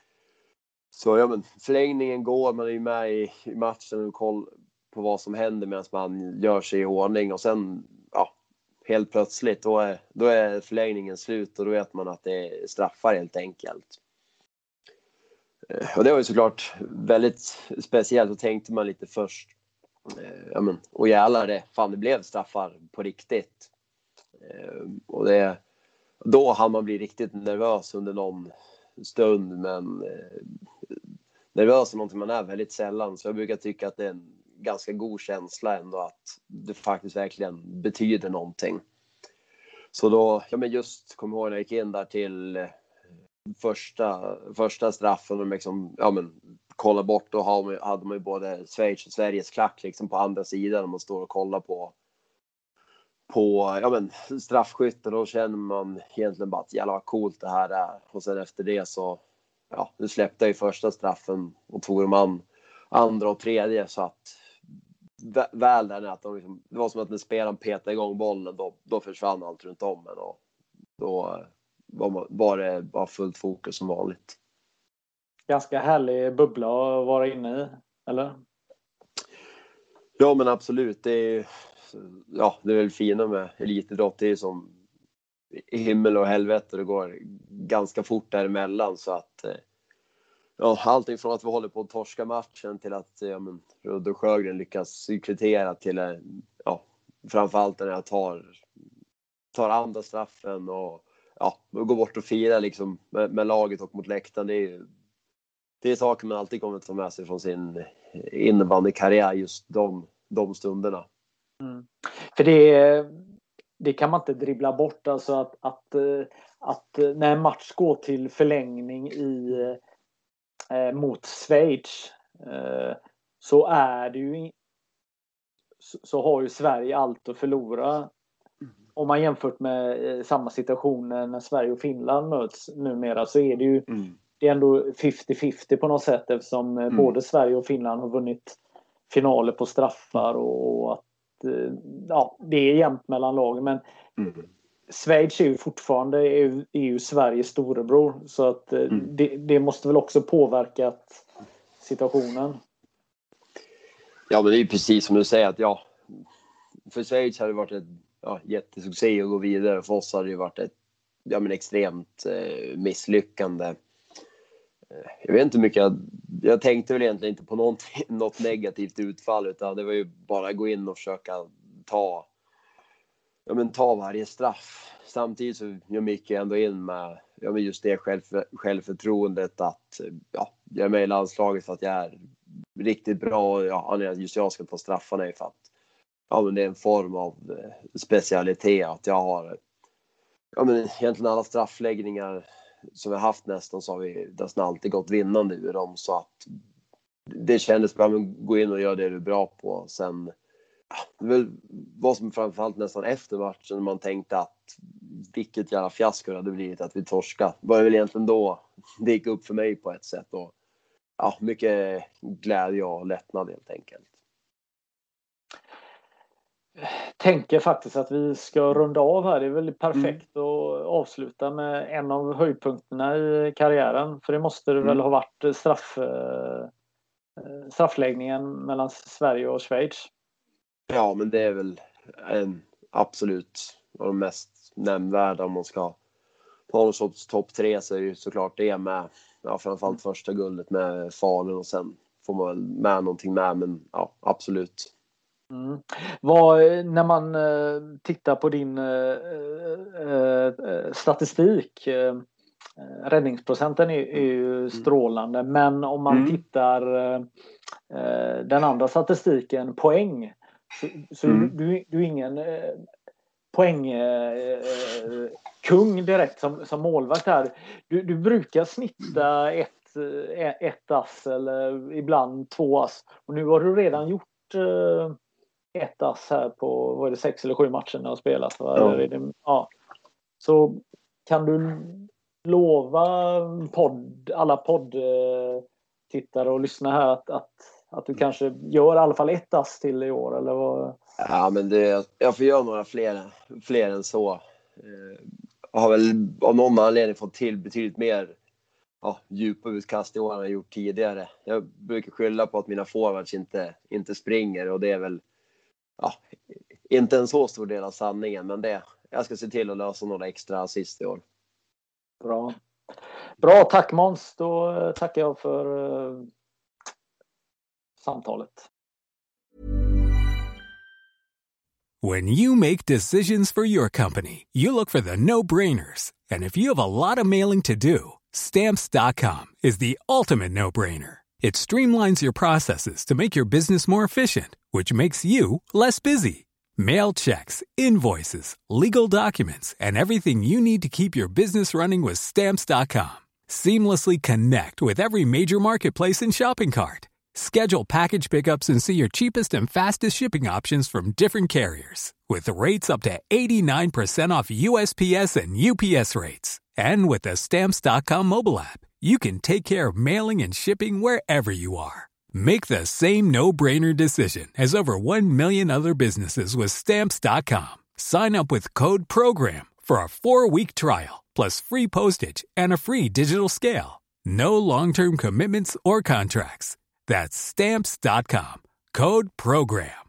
Så förlängningen går, man är ju med i matchen och koll på vad som händer medan man gör sig i ordning, och sen helt plötsligt då är förlängningen slut, och då vet man att det är straffar helt enkelt. Och det var ju såklart väldigt speciellt, och tänkte man lite först och jävlar, det blev straffar på riktigt. Och då hann man bli riktigt nervös under någon stund, men nervös är någonting man är väldigt sällan, så jag brukar tycka att det är en ganska god känsla ändå, att det faktiskt verkligen betyder någonting. Så då, just kom ihåg när jag gick in där till första straffen, och liksom, kolla bort, då hade man ju både Schweiz och Sveriges klack liksom på andra sidan, och man står och kollar på straffskytt, och då känner man egentligen bara att jävlar vad coolt det här är. Och sen efter det så nu släppte jag ju första straffen och tog de andra och tredje, så att väl där att det var som att när spelaren petade igång bollen, då försvann allt runt om en, och då var det bara fullt fokus som vanligt. Ganska härlig bubbla att vara inne i, eller? Ja, men absolut. Det är väl fina med elitidrott. Det är som himmel och helvete. Det går ganska fort däremellan, så att allting från att vi håller på att torska matchen till att Rudde Sjögren lyckas kvittera till framförallt när jag tar andra straffen och går bort och firar liksom med laget och mot läktaren. Det är saker man alltid kommer att ta med sig från sin innebandykarriär, just de stunderna. Mm. För det kan man inte dribbla bort, alltså att när en match går till förlängning mot Schweiz, så är det ju så har ju Sverige allt att förlora. Om man jämfört med samma situation när Sverige och Finland möts numera, så är det ju det är ändå 50-50 på något sätt, eftersom både Sverige och Finland har vunnit finaler på straffar, och att det är jämnt mellan lagen, men Schweiz är ju fortfarande är ju Sveriges storebror, så att det måste väl också påverkat situationen. Ja, men det är ju precis som du säger, att för Schweiz har det varit ett jättesuccé att gå vidare. För oss har det varit ett extremt misslyckande. Jag vet inte hur mycket jag tänkte väl egentligen inte på något negativt utfall, utan det var ju bara att gå in och försöka ta varje straff. Samtidigt så gick jag ändå in med just det självförtroendet att jag är med i landslaget för att jag är riktigt bra. Just jag ska ta straffarna för att men det är en form av specialitet, att jag har egentligen alla straffläggningar som vi har haft nästan, så har vi nästan alltid gått vinnande ur dem, så att det kändes bra att gå in och göra det du är bra på. Sen det väl vad som framförallt nästan efter matchen, man tänkte att vilket jävla fiasko det hade blivit att vi torska, var det väl egentligen då det gick upp för mig på ett sätt, och mycket glädje och lättnad helt enkelt. Tänker faktiskt att vi ska runda av här. Det är väl perfekt att avsluta med en av höjdpunkterna i karriären. För det måste det väl ha varit straffläggningen mellan Sverige och Schweiz. Ja, men det är väl absolut de mest nämnvärda. Om man ska ta någon sorts topp 3, så är det ju såklart det med framförallt första guldet med Falun, och sen får man väl med någonting med, men absolut. När man tittar på din statistik, räddningsprocenten är ju strålande, men om man tittar den andra statistiken, poäng, så du är ingen poängkung direkt som målvakt här. Du brukar snitta ett ass eller ibland 2 ass. Och nu har du redan gjort ett ass här på, vad är det, 6 eller 7 matcher när du har spelat? Ja. Så kan du lova alla poddtittare och lyssnare här att du kanske gör i alla fall ett ass till i år, eller vad? Ja, men jag får göra några fler än så. Jag har väl av någon anledning fått till betydligt mer djupa utkast i år än jag gjort tidigare. Jag brukar skylla på att mina forwards inte springer, och det är väl inte en så stor del av sanningen, men jag ska se till att lösa några extra assist i år. Bra, tack Måns. Då tackar jag för samtalet. When you make decisions for your company, you look for the no-brainers. And if you have a lot of mailing to do, Stamps.com is the ultimate no-brainer. It streamlines your processes to make your business more efficient, which makes you less busy. Mail checks, invoices, legal documents, and everything you need to keep your business running with Stamps.com. Seamlessly connect with every major marketplace and shopping cart. Schedule package pickups and see your cheapest and fastest shipping options from different carriers, with rates up to 89% off USPS and UPS rates. And with the Stamps.com mobile app, you can take care of mailing and shipping wherever you are. Make the same no-brainer decision as over 1 million other businesses with Stamps.com. Sign up with code PROGRAM for a 4-week trial, plus free postage and a free digital scale. No long-term commitments or contracts. That's Stamps.com. Code PROGRAM.